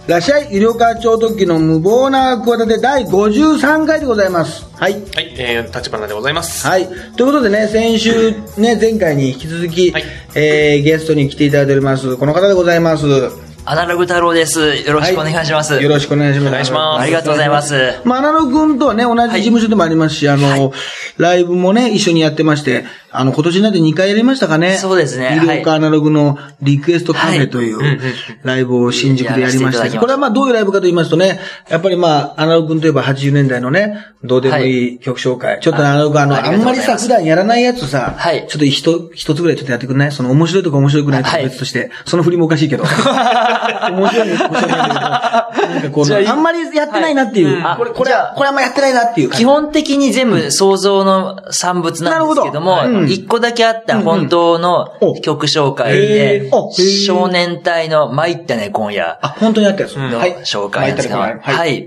らっしゃい、医療課長特急の無謀な企て第53回でございます。はい。 はい、立花でございます。 はい。ということでね、先週ね、前回に引き続き、はい、ゲストに来ていただいております。この方でございます。 アナログ太郎です。よろしくお願いします。 はい、よろしくお願いします。 お願いします。 ありがとうございます。 アナログ君とはね、同じ事務所でもありますし、はい、ライブもね、一緒にやってまして、今年になって2回やりましたかね。 そうですね。 医療課アナログのリクエストカフェというライブを新宿でやりました。これはどういうライブかと言いますとね、やっぱりアナログ君といえば80年代のね、どうでもいい曲紹介。ちょっとアナログあんまりさ、普段やらないやつさ、ちょっと一つぐらいちょっとやってくんない？その面白いとか面白くないとか別として、その振りもおかしいけど。面白いなんかこう、あんまりやってないなっていう。これあんまやってないなっていう。 基本的に全部想像の産物なんですけども、一個だけあった本当の曲紹介で、少年隊の参ったね今夜。 本当にあったやつの紹介なんですけど、はい。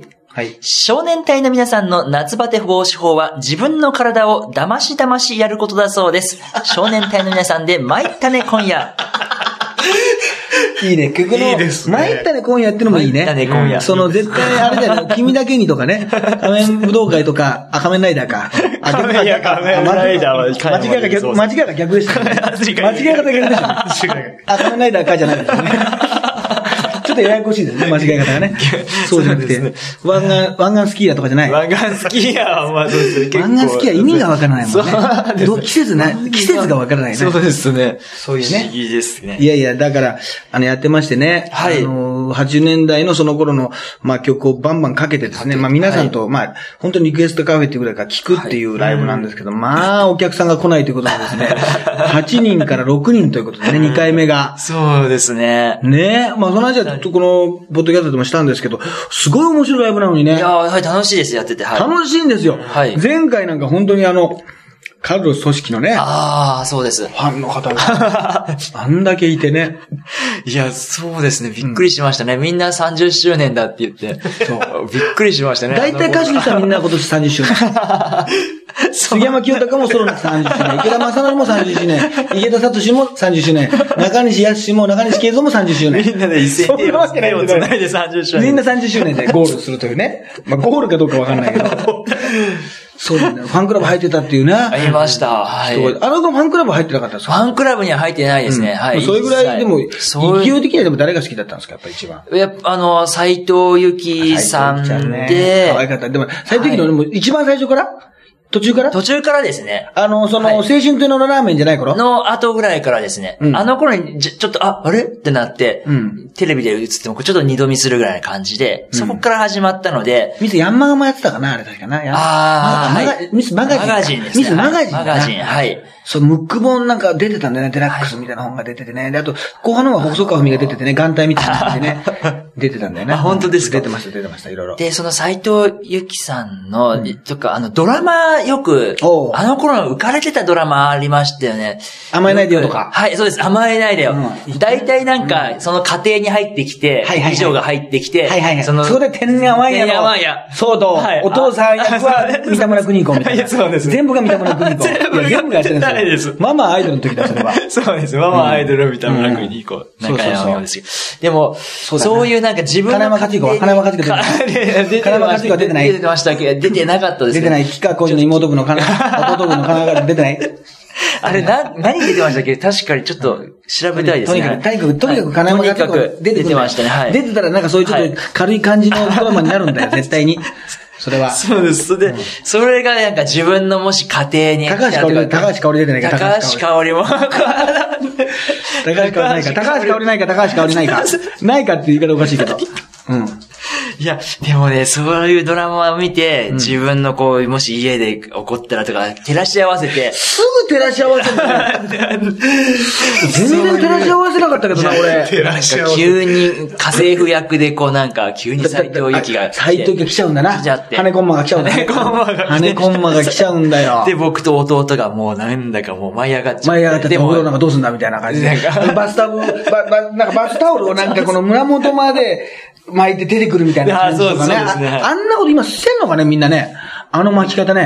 少年隊の皆さんの夏バテ防止法は自分の体をだましだましやることだそうです。少年隊の皆さんで参ったね今夜。 いいね。曲の、参ったね今夜ってのもいいね。 参ったね今夜。 その絶対あれだよ、君だけにとかね。仮面武道会とか、仮面ライダーか。 仮面ライダーは間違いが逆でしたね。間違い方逆でしたね。仮面ライダーかじゃないですね。ちょっとややこしいですね、間違い方がね。そうじゃなくて、湾岸スキーヤーとかじゃない。 湾岸スキーヤーはそうですね。 湾岸スキーヤー意味がわからないもんね。季節がわからないね。 そうですね。 そういうね。 不思議ですね。 いや、だから、やってましてね。はい。80年代のその頃の、曲をバンバンかけてですね。皆さんと、本当にリクエストカフェっていうぐらいから聞くっていうライブなんですけど、お客さんが来ないということでですね。8人から6人ということでね、2回目が。 そうですね。 ね。その話はこの、ポッドキャストでもしたんですけど、すごい面白いライブなのにね。 いやはい、楽しいです、やってて。はい。 楽しいんですよ。はい。前回なんか本当にカルロス組織のね。 そうです。 ファンの方が。あんだけいてね。 いや、そうですね。びっくりしましたね。みんな30周年だって言って。そう。びっくりしましたね。 大体歌手の人はみんな今年30周年。杉山清隆もソロの30周年。池田正則も30周年。池田聡も30周年。中西康も中西慶三も30周年。 みんなで一斉に手をつないで30周年。 みんな30周年でゴールするというね。ゴールかどうかわかんないけど。そうだね。ファンクラブ入ってたっていうね。 ありました。はい。 ファンクラブ入ってなかったんですか？ ファンクラブには入ってないですね。はい。 それぐらいでも、勢い的にはでも誰が好きだったんですか？やっぱり一番。 斉藤由貴さんで。 可愛かった。でも、斉藤由貴のも一番最初から途中からですね。青春というのラーメンじゃない頃の後ぐらいからですね。あの頃に、ちょっと、あれってなって、テレビで映っても、ちょっと二度見するぐらいな感じで、そこから始まったので。 ミスヤンマガもやってたかなあれ確かな。 はい。 ミスマガジン。 マガジンですね。 ミスマガジン。 マガジン、はい。 そう、ムック本なんか出てたんだよね。デラックスみたいな本が出ててね。で、あと、後半のは細川文が出ててね、眼帯みたいな感じでね。出てたんだよね。 本当ですか？ 出てました、いろいろ。 で、その斉藤由貴さんの、とか、ドラマよく、あの頃の浮かれてたドラマありましたよね。 甘えないでよとか。 はい、そうです。甘えないでよ。大体なんか、その家庭に入ってきて、美女が入ってきて、 それで天然甘いやの。そうと、お父さん役は三田村邦子みたいな。 そうです。 全部が三田村邦子。全部がやってるんですよ。ママアイドルの時だ、それは。 そうです。ママアイドル三田村邦子。中山ですけど。でも、そういうなんか自分の。 金山勝彦は出てない。 出てましたけど、出てなかったです。 出てない。吉川浩司の妹分の金山が出てない。 あれ、何出てましたっけ？確かにちょっと調べたいですね。 とにかく金山勝彦出てましたね。はい。 出てたらなんかそういうちょっと軽い感じのドラマになるんだよ、絶対に。それは。 そうです。それがなんか自分のもし家庭に。 高橋香織出てないか。 高橋香織も。 高橋香織ないか。ないかって言い方おかしいけど。 いや、でもね、そういうドラマを見て、自分のもし家で起こったらとか、照らし合わせて。 すぐ照らし合わせるね。全然照らし合わせなかったけどな、俺。 急に家政婦役で急に斉藤由貴が。 斉藤由貴来ちゃうんだな。羽コンマが来ちゃうんだ。羽コンマが来ちゃうんだよ。 で、僕と弟がもうなんだかもう舞い上がっちゃう。 舞い上がって、お風呂なんかどうすんだみたいな感じで。バスタオルをこの胸元まで巻いて出てくるみたいな感じとかね。あんなこと今してんのかね、みんなね。巻き方ね。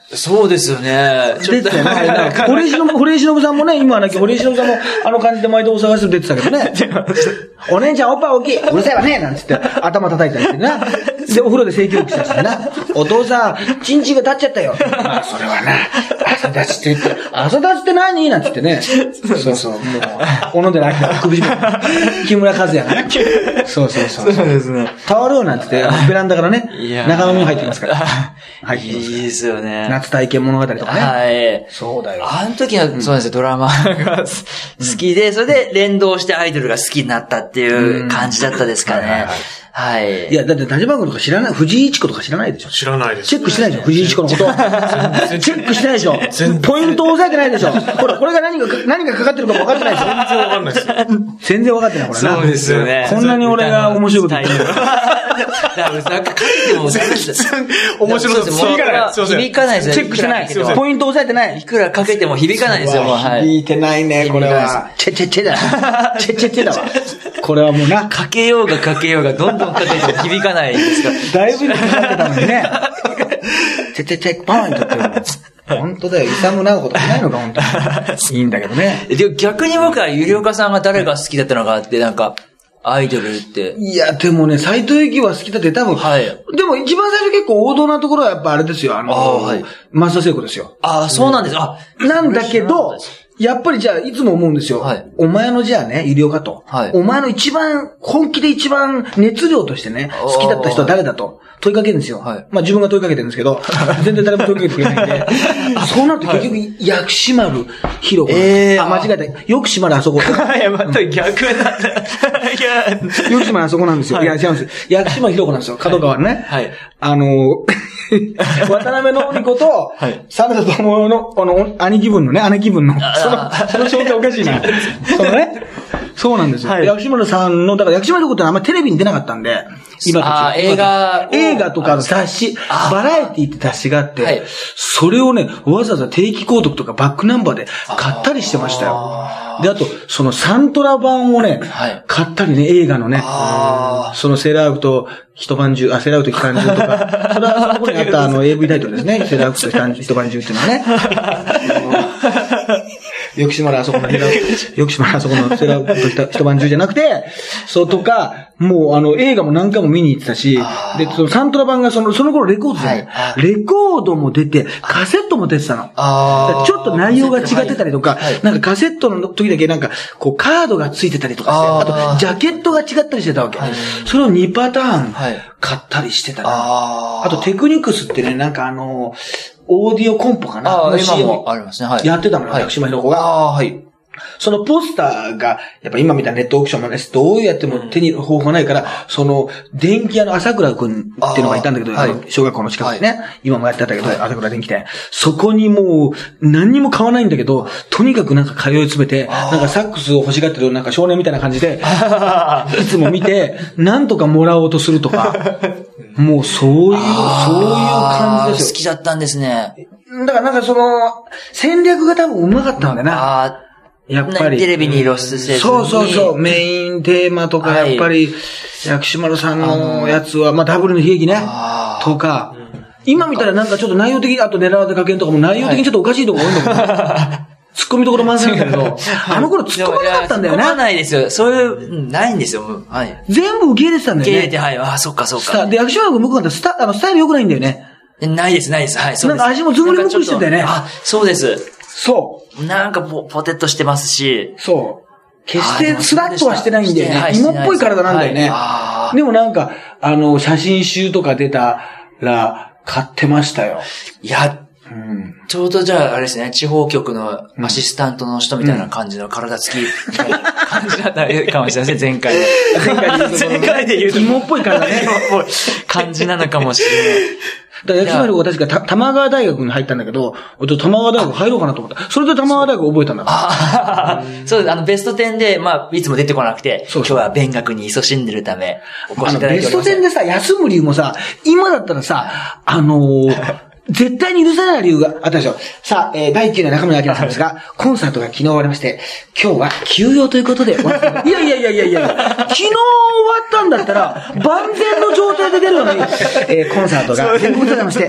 そうですよね。 出てたよね。堀江忍さんもね、今はなき堀江忍さんもあの感じで毎度大騒ぎする出てたけどね。お姉ちゃんおっぱい大きい、うるさいわねなんつって頭叩いたりしてな。で、お風呂で性教育したりしてな。お父さん、チンチンが立っちゃったよ。まあ、それはな、朝立ちって何なんつってね。そうそう、もう、小野寺明首絞め。木村和也がね。そうそうそう。 そうですね。 タオルなんつって、ベランダからね、中野に入ってきますから。 はい。いいですよね。 夏体験物語とかね。 はい。 そうだよ。 あの時は、そうですよ、ドラマが好きで、それで連動してアイドルが好きになったっていう感じだったですかね。はい。いや、だって、立場君とか知らない、藤井一子とか知らないでしょ。 知らないです。 チェックしてないでしょ、藤井一子のこと。チェックしてないでしょ。ポイント押さえてないでしょ。ほら、これが何がかかってるかも分かってないでしょ。全然分かんないですよ。全然分かってない、これな。 そうですよね。 こんなに俺が面白いこと言ってる。 なんか書いても全然面白いです。 響かないですよ。 チェックしてない。ポイント押さえてない。 いくらかけても響かないですよ、もう。 響いてないね、これは。チェだ。チェだわ。これはもうな。 かけようがどんどんかけても響かないですから。 だいぶかかってたのにね。チェックポイントって言うの。本当だよ。イサムナオコとかないのか、本当に。いいんだけどね。 で、逆に僕はゆりおかさんが誰が好きだったのかって、なんか、アイドルって。 いや、でもね、斎藤由貴は好きだって多分。 はい。 でも一番最初結構王道なところはやっぱあれですよ。はい。松田聖子ですよ。 ああ、そうなんです。 なんだけど、やっぱりじゃあ、いつも思うんですよ。はい。お前のじゃあね、ゆりおかと。はい。お前の本気で一番熱量としてね、好きだった人は誰だと問いかけるんですよ。はい。まあ自分が問いかけてるんですけど、全然誰も問いかけてくれないんで。そうなると結局、薬師丸ひろ子。間違えた。よく閉まるあそこ。 いや、また逆なんだ。 よく閉まるあそこなんですよ。いや、違うんです。薬師丸ひろ子なんですよ。角川ね。はい。渡辺のり子と、サラダ友の、兄貴分のね、姉貴分の、その紹介おかしいな。そうなんですよ。薬師丸さんの、だから薬師丸のことはあんまりテレビに出なかったんで、今と映画とかの雑誌、バラエティって雑誌があって、それをね、わざわざ定期購読とかバックナンバーで買ったりしてましたよ。で、あと、そのサントラ版をね、買ったりね、映画のね、そのセーラー服と一晩中、セーラー服と一晩中とか、それはそこにあったAV タイトルですね、セーラー服と一晩中っていうのはね。よくしまるあそこのセーラー服と一晩中じゃなくて、そうとか、もう映画も何回も見に行ってたし、で、そのサントラ版がその頃レコードじゃない。レコードも出て、カセットも出てたの。ちょっと内容が違ってたりとか、なんかカセットの時だけなんか、こうカードがついてたりとかして、あとジャケットが違ったりしてたわけ。それを2パターン買ったりしてた。あとテクニクスってね、なんかオーディオコンポかな。 今もありますね。はい。 やってたのよ、薬師丸ひろ子が。はい。そのポスターが、やっぱ今みたいなネットオークションもね、どうやっても手に入れる方法がないから、電気屋の朝倉くんっていうのがいたんだけど、小学校の近くでね、今もやってたけど、朝倉電気店。そこにもう、何にも買わないんだけど、とにかくなんか通い詰めて、なんかサックスを欲しがってるなんか少年みたいな感じで、いつも見て、なんとかもらおうとするとか、もうそういう感じですよ。 好きだったんですね。 だからなんか戦略が多分上手かったんだよな。やっぱり。 テレビに露出せずに。 そう。メインテーマとか、やっぱり、薬師丸さんのやつは、まあ、ダブルの悲劇ね。とか、今見たらなんかちょっと内容的に、あと狙われた加減とかも内容的にちょっとおかしいところ多いんだけど、突っ込みどころ満載なんだけど、あの頃突っ込まなかったんだよね。突っ込まないですよ。そういう、ないんですよ。はい。 全部受け入れてたんだよね。 受け入れて、はい。ああ、そっか。 で、薬師丸君向こうだったらスタイル良くないんだよね。 ないです。はい、そうです。 なんか味もずんぐりむっくりしてたよね。 あ、そうです。 そう。 なんかポテッとしてますし。 そう。決してスラッとはしてないんだよね。芋っぽい体なんだよね。でもなんか、写真集とか出たら、買ってましたよ。 いや、ちょうどじゃあ、あれですね、地方局のアシスタントの人みたいな感じの体つき、感じだったかもしれないですね、前回で言うと。 芋っぽい体ね。 芋っぽい感じなのかもしれない。 だから、薬師丸は確か玉川大学に入ったんだけど、玉川大学入ろうかなと思った。それで玉川大学覚えたんだ。 そうです。ベスト10で、まあ、いつも出てこなくて、今日は勉学に勤しんでるため、お越しいただいております。 ベスト10でさ、安森もさ、今だったらさ、 絶対に許さない理由があったでしょ。さあ、第9の中村明さんですが、コンサートが昨日終わりまして、今日は休養ということで終わった。いや、昨日終わったんだったら、万全の状態で出るのに、コンサートが全国でございまして、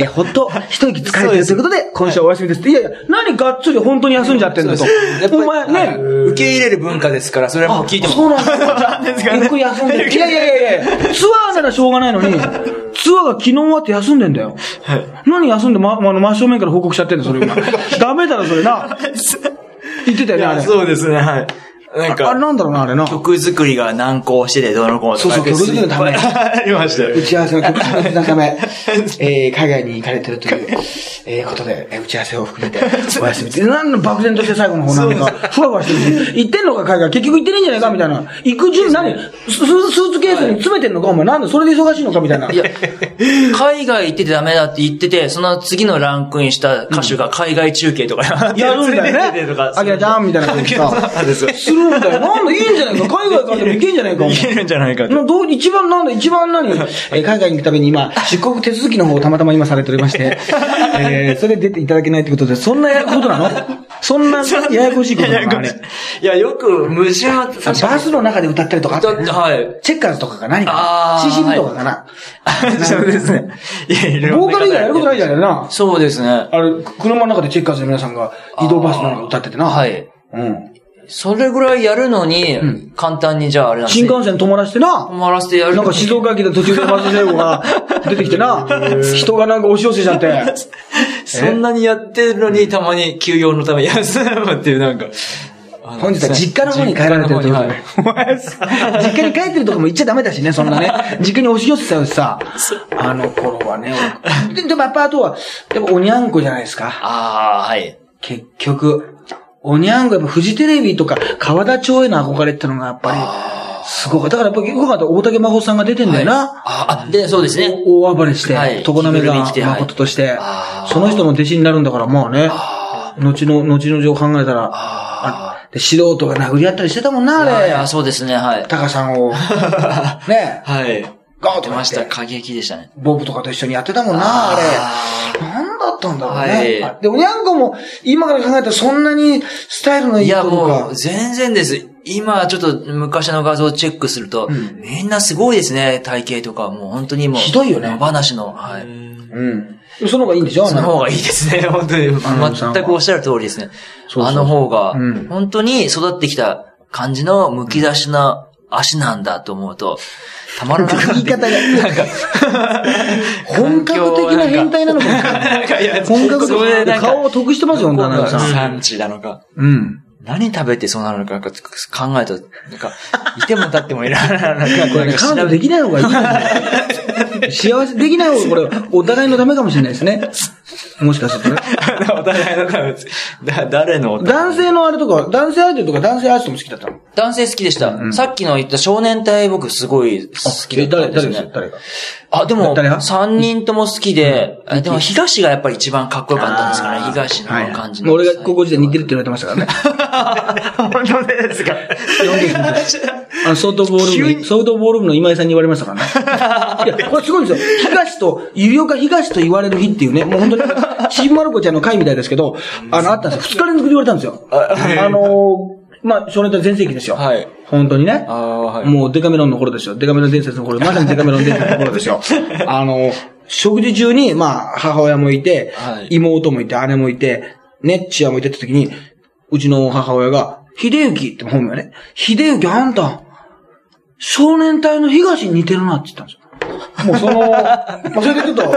ほっと一息疲れてるということで、今週はお休みですって。いや、何がっつり本当に休んじゃってんだと。お前ね、 受け入れる文化ですから、それはもう聞いても。 そうなんですか。ゆっくり休んでる。いや、ツアーならしょうがないのに、ツアーが昨日終わって休んでんだよ。はい。何休んで真正面から報告しちゃってんだ、それ今。ダメだろ、それな。言ってたよね、あれ。 そうですね、はい。なんか。 あれなんだろうな、あれな。 曲作りが難航してて、どうのこうの。 そう、曲作りのため。 ありましたよ。 打ち合わせの曲作りのため、海外に行かれてるという、ことで、打ち合わせを含めて、お休みって。なんの漠然として最後の方なんか、ふわふわしてるし、行ってんのか、海外。結局行ってねえんじゃないか、みたいな。行く順、スーツケースに詰めてんのか、お前。なんで、それで忙しいのか、みたいな。いや、 海外行っててダメだって言ってて、その次のランクインした歌手が海外中継とかやるんだよね。あきらちゃんみたいな感じでさ。するんだよ。なんでいいんじゃないか。海外からでも行けんじゃないか。 行けるんじゃないか。 一番何海外に行くために今、出国手続きの方をたまたま今されておりまして、それで出ていただけないってことで、そんなやることなの？そんなややこしいことなの？あれ。 いや、よく矛盾は、 バスの中で歌ったりとかあってね。はい。チェッカーズとかか何か。CCB とかかな。 そうですね。 ボーカル以外やることないじゃないな。 そうですね。 あれ、車の中でチェッカーズの皆さんが移動バスの中で歌っててな。 はい。うん。それぐらいやるのに、簡単にじゃああれなんですね。新幹線止まらせてな。 止まらせてやる。 なんか静岡駅で途中で松聖子が出てきてな。人がなんか押し寄せちゃって。 そんなにやってるのにたまに休養のため休むっていうなんか。 本日は実家の方に帰られてるということで。実家に帰ってるとこも言っちゃダメだしね、そんなね。実家に押し寄せちゃうしさ。あの頃はね。でもやっぱあとは、やっぱおにゃんこじゃないですか。 ああ、はい。 結局。おにゃんこやっぱフジテレビとか川田町への憧れってのがやっぱり、すごかった。だからやっぱ結構あと大竹真帆さんが出てんだよな。 で、そうですね。 大暴れして、常滑が誠として、その人の弟子になるんだからまあね、後の情を考えたら、で素人が殴り合ったりしてたもんな、あれ。 いや、そうですね、はい。 タカさんを、ね。 はい。 ガーッと出ました。過激でしたね。 ボブとかと一緒にやってたもんな、あれ。なんだったんだろうね。はい。で、おにゃんこも、今から考えたらそんなにスタイルのいいことか。 いや、もう、全然です。今、ちょっと昔の画像をチェックすると、みんなすごいですね、体型とか。もう本当にもう。 ひどいよね。 野放しの、はい。うん。 その方がいいんでしょ？ その方がいいですね、本当に。全くおっしゃる通りですね。あの方が、本当に育ってきた感じの剥き出しの足なんだと思うと、たまらない。 言い方が、なんか、本格的な変態なのかもしれない。本格的な顔を得してますよ、本当に。 産地なのか。 うん。 何食べてそうなのか考えると、なんか、いても立ってもいらない。 これ、彼女できない方がいい幸せできない方が、これ、お互いのためかもしれないですね。もしかするとね。 お互いのためです。誰の男性のあれとか、男性アイドルとか男性アーティストも好きだったの？ 男性好きでした。さっきの言った少年隊僕すごい好きだったんですね。 誰が？ でも、3人とも好きで、でも東がやっぱり一番かっこよかったんですかね。東の感じの。 俺が高校時代似てるって言われてましたからね。 本当ですか？ ソフトボール部の今井さんに言われましたからね。いや、これすごいですよ。東と、ゆりおか東と言われる日っていうね、もう本当に、ちびまる子ちゃんの会みたいですけど、あったんですよ。2日連続で言われたんですよ。少年隊全盛期ですよ。はい。本当にね。もうデカメロンの頃ですよ。デカメロン伝説の頃、まさにデカメロン伝説の頃ですよ。食事中に、母親もいて、妹もいて、姉もいて、ねっちやもいてって時に、うちの母親が、秀幸って本名ね。秀幸あんた、少年隊の東に似てるなって言ったんですよ。もうそれでちょっと、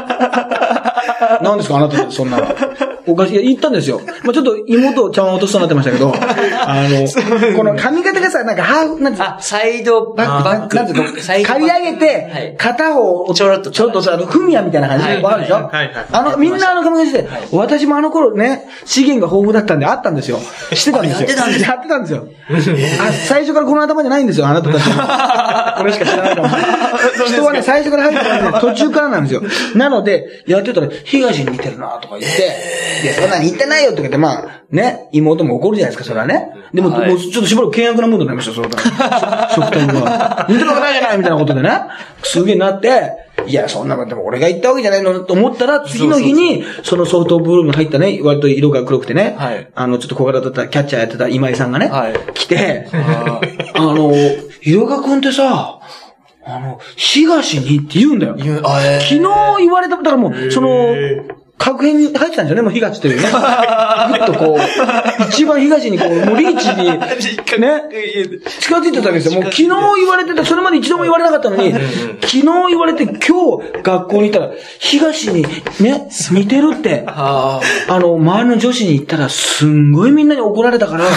何ですかあなたってそんな。おかしい。いや、言ったんですよ。ちょっと妹を茶碗落としそうになってましたけど、この髪型がさ、なんかサイドバック。 なんていうの刈り上げて、片方をちょっとフミヤみたいな感じで、わかるでしょ？みんな髪型で、私もあの頃ね、資源が豊富だったんであったんですよ。してたんですよ。やってたんですよ。最初からこの頭じゃないんですよ、あなたたちも。これしか知らないかも。人はね、最初から入ってたんで、途中からなんですよ。なので、やってたら、東に似てるなとか言って、いや、そんなに似てないよとか言って、ね、妹も怒るじゃないですか、それはね。でも、もうちょっとしばらく険悪なムードになりました、それから。食卓が。似てるわけないじゃないみたいなことでね。すげえなって、 いや、そんなもんでも俺が言ったわけじゃないのと思ったら、次の日に、そのソフトブルーに入ったね、割と色が黒くてね、はい、ちょっと小柄だったキャッチャーやってた今井さんがね、はい、来て、色川くんってさ、東にって言うんだよ。昨日言われた、だからもう、確変に入ってたんですよね、もう東というね。ぐっとこう、一番東にこう、もうリーチに、ね、近づいてたわけですよ。もう昨日言われてた、それまで一度も言われなかったのに、昨日言われて今日学校に行ったら、東にね、似てるって、周りの女子に言ったら、すんごいみんなに怒られたから、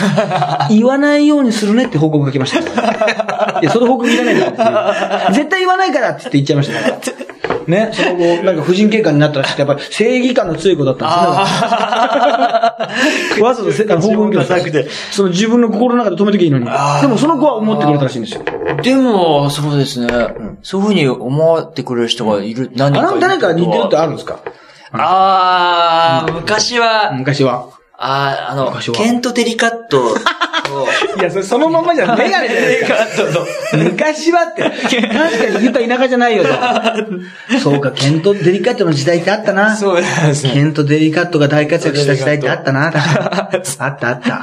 言わないようにするねって報告が来ました。いや、その報告いらないんだって。絶対言わないからって言っちゃいましたから。ね、その後、なんか婦人警官になったらしくて、やっぱり正義感の強い子だったんですね。わざと報告がなくて、その自分の心の中で止めてきゃいいのに。でもその子は思ってくれたらしいんですよ。 でも、そうですね。そういうふうに思ってくれる人がいる。 誰か似てるってあるんですか？ 昔は。ケント・デリカット。 いや、そのままじゃメガネじゃないですか。昔はって。確かに言った田舎じゃないよと。そうか、ケント・デリカットの時代ってあったな。 そうですね。 ケント・デリカットが大活躍した時代ってあったな。あった。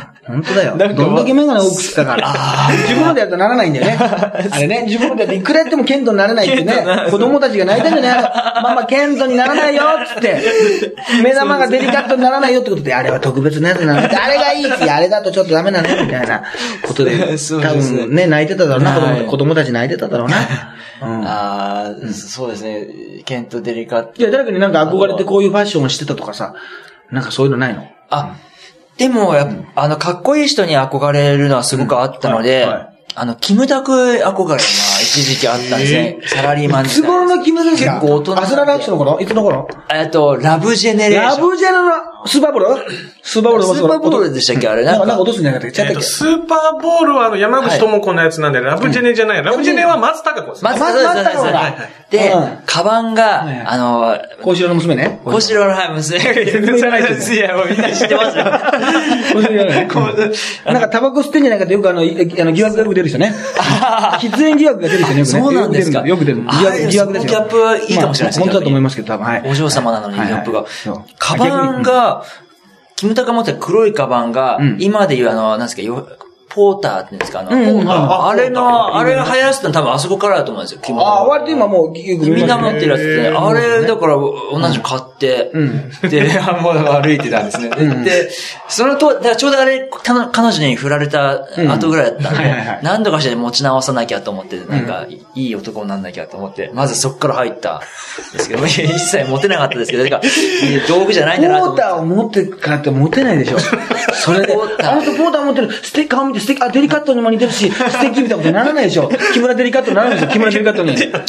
本当だよ。どんだけメガネ多くしてたから。自分のでやったらならないんだよね。あれね、自分のでやっていくらやってもケントにならないってね、子供たちが泣いたんじゃないママケントにならないよつって。目玉がデリカットにならないよってことで、あれは特別なやつなんだ。あれがいいって、あれだとちょっとダメなのみたいなことで、多分ね、泣いてただろうな、子供たち泣いてただろうな。 そうですね。ケント・デリカット。 いや、誰かになんか憧れてこういうファッションをしてたとかさ、なんかそういうのないの？ でも、かっこいい人に憧れるのはすごくあったので、キムタク憧れが一時期あったんですね。サラリーマン時代。 いつ頃のキムタクですか？ 結構大人。 アスララックスの頃？いつの頃？ ラブジェネレーション。 ラブジェネレーション。スーパーボールでしたっけあれ。なんか落とすんじゃなかったっけ？ スーパーボールは山口智子のやつなんで、ラブジェネじゃない。ラブジェネは松たか子です。 松たか子だ。 で、カバンが、 小四郎の娘ね。 小四郎の娘。いや、もうみんな知ってますよ。 なんかタバコ吸ってんじゃないかってよく疑惑がよく出る人ね。喫煙疑惑が出る人ね。 そうなんですか。 よく出る。疑惑ですよ。 ギャップはいいかもしれないですね。 本当だと思いますけど、多分、はい。 お嬢様なのにギャップが。カバンが、キムタクが持ってた黒いカバンが、今でいうなんですか、ポーターって言うんですか、あれが流行らせたの多分あそこからだと思うんですよ、キムタク。 割と今もう、 みんな持ってるやつって、あれ、だから同じの買って、で、もう歩いてたんですね。で、そのと、だからちょうどあれ、彼女に振られた後ぐらいだったんで、何度かして持ち直さなきゃと思って、なんか、いい男になんなきゃと思って、まずそっから入ったんですけど、一切持てなかったですけど、なんか、道具じゃないんだなと思って。 ポーターを持ってからって持てないでしょ。それで、ポーター持ってる、ステッカーを見て、デリカットにも似てるし、ステッキみたいなことにならないでしょ。木村デリカットにならないでしょ、木村デリカットに。ね。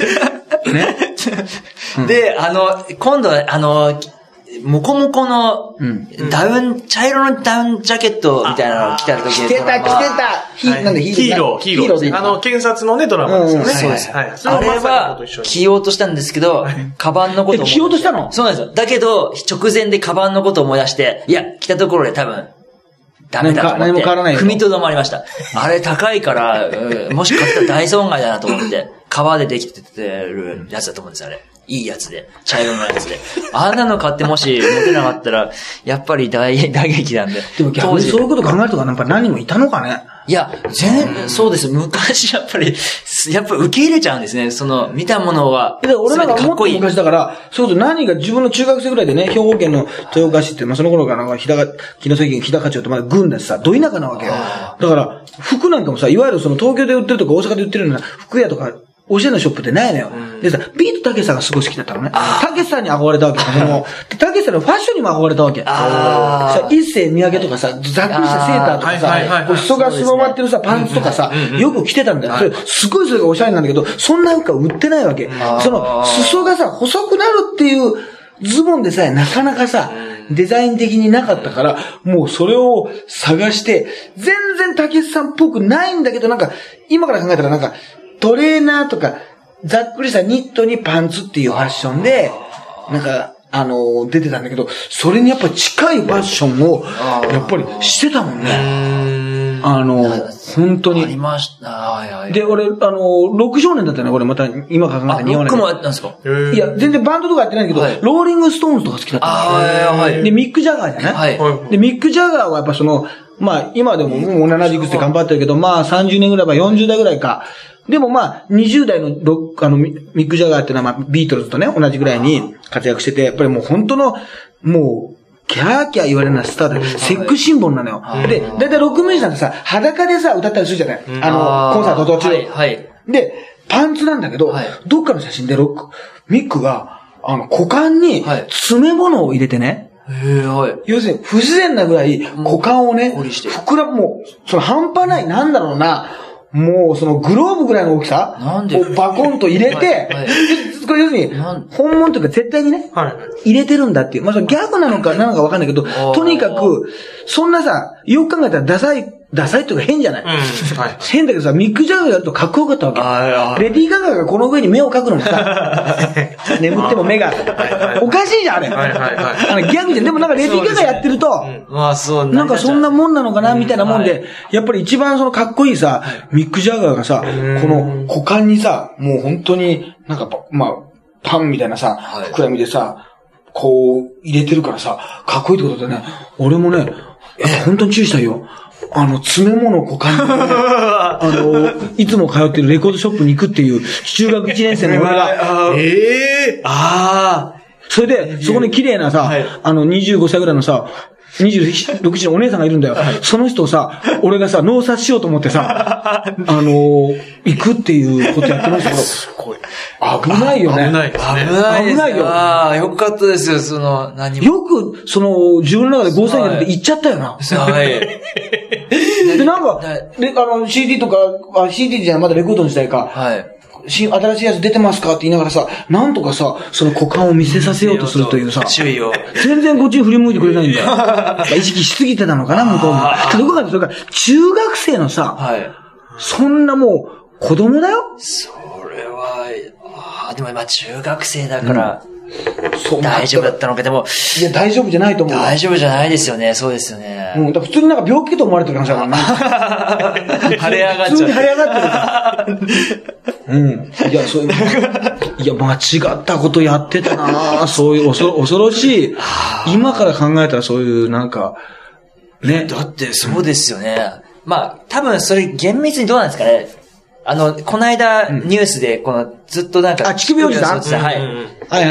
で、今度は、モコモコの、茶色のダウンジャケットみたいなのを着た時着てた。なんでヒーロー。検察のね、ドラマですよね。 そうです。あれは、着ようとしたんですけど、カバンのことを。 着ようとしたの？ そうなんですよ。だけど、直前でカバンのことを思い出して、いや、着たところで多分、ダメだと思って。 何も変わらないよ。 踏みとどまりました。あれ高いから、もし買ったら大損害だなと思って、革でできてるやつだと思うんですよ、あれ。いいやつで。茶色のやつで。あんなの買ってもし持てなかったら、やっぱり打撃なんで。 でも逆にそういうこと考えるとか、なんか何人もいたのかね。 いや、そうです。昔やっぱり受け入れちゃうんですね。見たものは。 俺なんか思って昔だから、そういうこと何が自分の中学生ぐらいでね、兵庫県の豊岡市って、その頃から城崎県日高町ってまだ軍だしさ、ど田舎なわけよ。だから、服なんかもさ、いわゆる東京で売ってるとか大阪で売ってるような服屋とか、おしゃれなショップってないのよ。でさ、ビートたけしさんがすごい好きだったのね。たけしさんに憧れたわけ。たけしさんのファッションにも憧れたわけ。一世三宅とかさ、ざっくりしたセーターとかさ、裾がすぼまってるさ、パンツとかさ、よく着てたんだよ。すごいそれがおしゃれなんだけど、そんな服は売ってないわけ。裾がさ、細くなるっていうズボンでさえなかなかさ、デザイン的になかったから、もうそれを探して、全然たけしさんっぽくないんだけど、なんか、今から考えたらなんか、トレーナーとか、ざっくりしたニットにパンツっていうファッションで、なんか、出てたんだけど、それにやっぱ近いファッションを、やっぱりしてたもんね。 本当に。 ありました。はいはい。 で、俺、ロック少年だったね、これまた、今考えたらロックもやったんですか？ いや、全然バンドとかやってないけど、ローリングストーンズとか好きだった。 はい。 で、ミック・ジャガーじゃないはい。で、ミック・ジャガーはやっぱまあ、今でももう70いくつで頑張ってるけど、まあ、30年ぐらいは40代ぐらいか。でもまあ、20代のミック・ジャガーっていうのは、まあ、ビートルズとね、同じぐらいに活躍してて、やっぱりもう本当の、もう、キャーキャー言われるようなスターで、セックシンボルなのよ。で、だいたいロックミュージシャンってさ、裸でさ、歌ったりするじゃないコンサート途中。 はい。 で、パンツなんだけど、どっかの写真でミックが、股間に、詰め物を入れてね、要するに、不自然なぐらい、股間をね、膨らむ、もう、半端ない、なんだろうな、もうグローブぐらいの大きさをバコンと入れて、これ要するに、本物というか絶対にね、入れてるんだっていう。まあ、ギャグなのか何なのかわかんないけど、とにかく、そんなさ、よく考えたらダサいっていうか変じゃない、変だけどさ、ミック・ジャガーやるとかっこよかったわけ。レディー・ガガがこの上に目を描くのもさ、眠っても目が、おかしいじゃん、あれ。ギャグじゃん。でもなんかレディー・ガガやってると、なんかそんなもんなのかな、みたいなもんで、やっぱり一番かっこいいさ、ミック・ジャガーがさ、この股間にさ、もう本当になんか、まあ、パンみたいなさ、膨らみでさ、こう入れてるからさ、かっこいいってことでね、俺もね、本当に注意したいよ。詰め物を股間に、いつも通ってるレコードショップに行くっていう、中学1年生の俺が、それで、そこに綺麗なさ、25歳ぐらいのさ、26歳のお姉さんがいるんだよ。その人をさ、俺がさ、納札しようと思ってさ、行くっていうことやってましたけど、すごい。危ないよね。 危ないですね。危ないよ。ああ、よかったですよ、何も。 よく、自分の中でゴーサインで行っちゃったよな。 はい。 で、なんか、CD とか、CD じゃない、まだレコードの時代か。はい。新しいやつ出てますかって言いながらさ、なんとかさ、股間を見せさせようとするというさ、 注意を。 全然こっちに振り向いてくれないんだよ。意識しすぎてたのかな、向こうも。どこかでそれから、中学生のさ、そんなもう、子供だよ。 それは、でも今中学生だから、大丈夫だったのか、でも。 いや、大丈夫じゃないと思う。 大丈夫じゃないですよね、そうですよね。 だから普通になんか病気と思われてる話だからね。腫れ上がっちゃう。 普通に腫れ上がってるから。いや、そういう、いや、間違ったことやってたなそういう恐ろしい。今から考えたらそういう、なんか、ね。 だってそうですよね。まあ、多分それ厳密にどうなんですかね。この間、ニュースで、ずっとなんか、 乳首おじさんはい。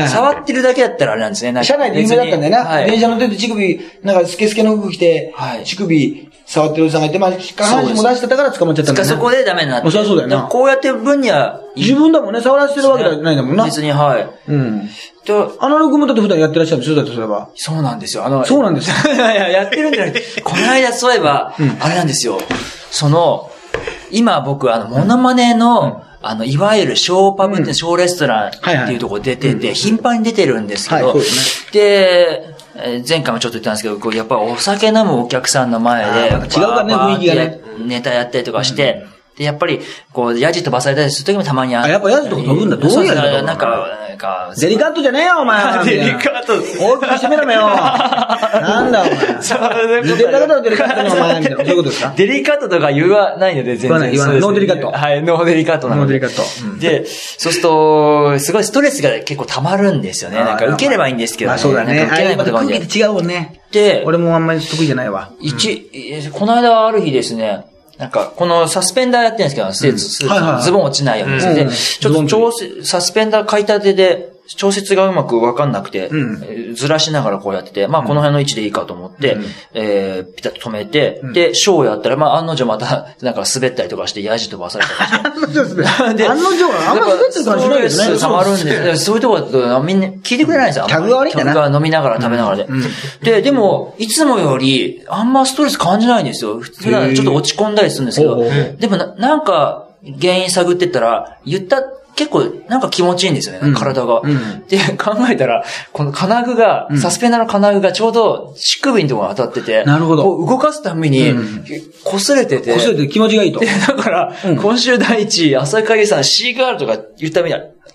触ってるだけだったらあれなんですね。 車内で有名だったんだよな。電車乗ってて乳首、なんかスケスケの服着て、乳首触ってるおじさんがいて、まあ、下半身も出してたから捕まっちゃったんだよね。 そこでダメになって。 そうだよな。 こうやってる分には、 自分だもんね、触らせてるわけじゃないんだもんな。 別に、はい。 アナログもだって普段やってらっしゃるんですよ、だとすれば。 そうなんですよ。 そうなんですよ。 いや、やってるんじゃなくて、この間そういえば、あれなんですよ。今僕、モノマネの、いわゆる小パブって小レストランっていうところ出てて、頻繁に出てるんですけど、で、前回もちょっと言ったんですけど、やっぱお酒飲むお客さんの前で、 違うからね、雰囲気がね。 ネタやったりとかして、で、やっぱり、ヤジ飛ばされたりするときもたまにある。 やっぱヤジとか飛ぶんだ。どうやるのなんか、 デリカットじゃねえよ、お前。 デリカット。 大きくしてみろめよ。なんだ、お前。似てるだけだろ、デリカットにお前。みたいな。そういうことですか？ デリカットとか言わないので、全然。 言わない。ノーデリカット。 はい、ノーデリカットなので。 ノーデリカット。 で、そうすると、すごいストレスが結構溜まるんですよね。なんか受ければいいんですけどね。 そうだね。 受けないことが多いんで。 空気違うもんね。 で、 俺もあんまり得意じゃないわ。 この間ある日ですね、なんか、このサスペンダーやってるんですけど、スーツ、ズボン落ちないようにですね。ちょっとサスペンダー買いたてで、調節がうまくわかんなくて、ずらしながらこうやってて、まあこの辺の位置でいいかと思って、ピタッと止めて、で、ショーをやったら、まあ案の定また、なんか滑ったりとかして、ヤジ飛ばされたりして。 案の定はあんま滑ってる感じしないですね。 溜まるんで、そういうところだとみんな聞いてくれないんですよ。 客が悪いんだな。 客が飲みながら食べながらで。でも、いつもより、あんまストレス感じないんですよ。普段ちょっと落ち込んだりするんですけど、でもなんか、原因探ってったら、結構なんか気持ちいいんですよね、体が。で、考えたら、この金具が、サスペンダーの金具がちょうど乳首のところに当たってて、 なるほど。 こう動かすために、擦れてて。 擦れて気持ちがいいと。 で、だから、今週第一、浅井影さん、シーガールとか言ったみたい。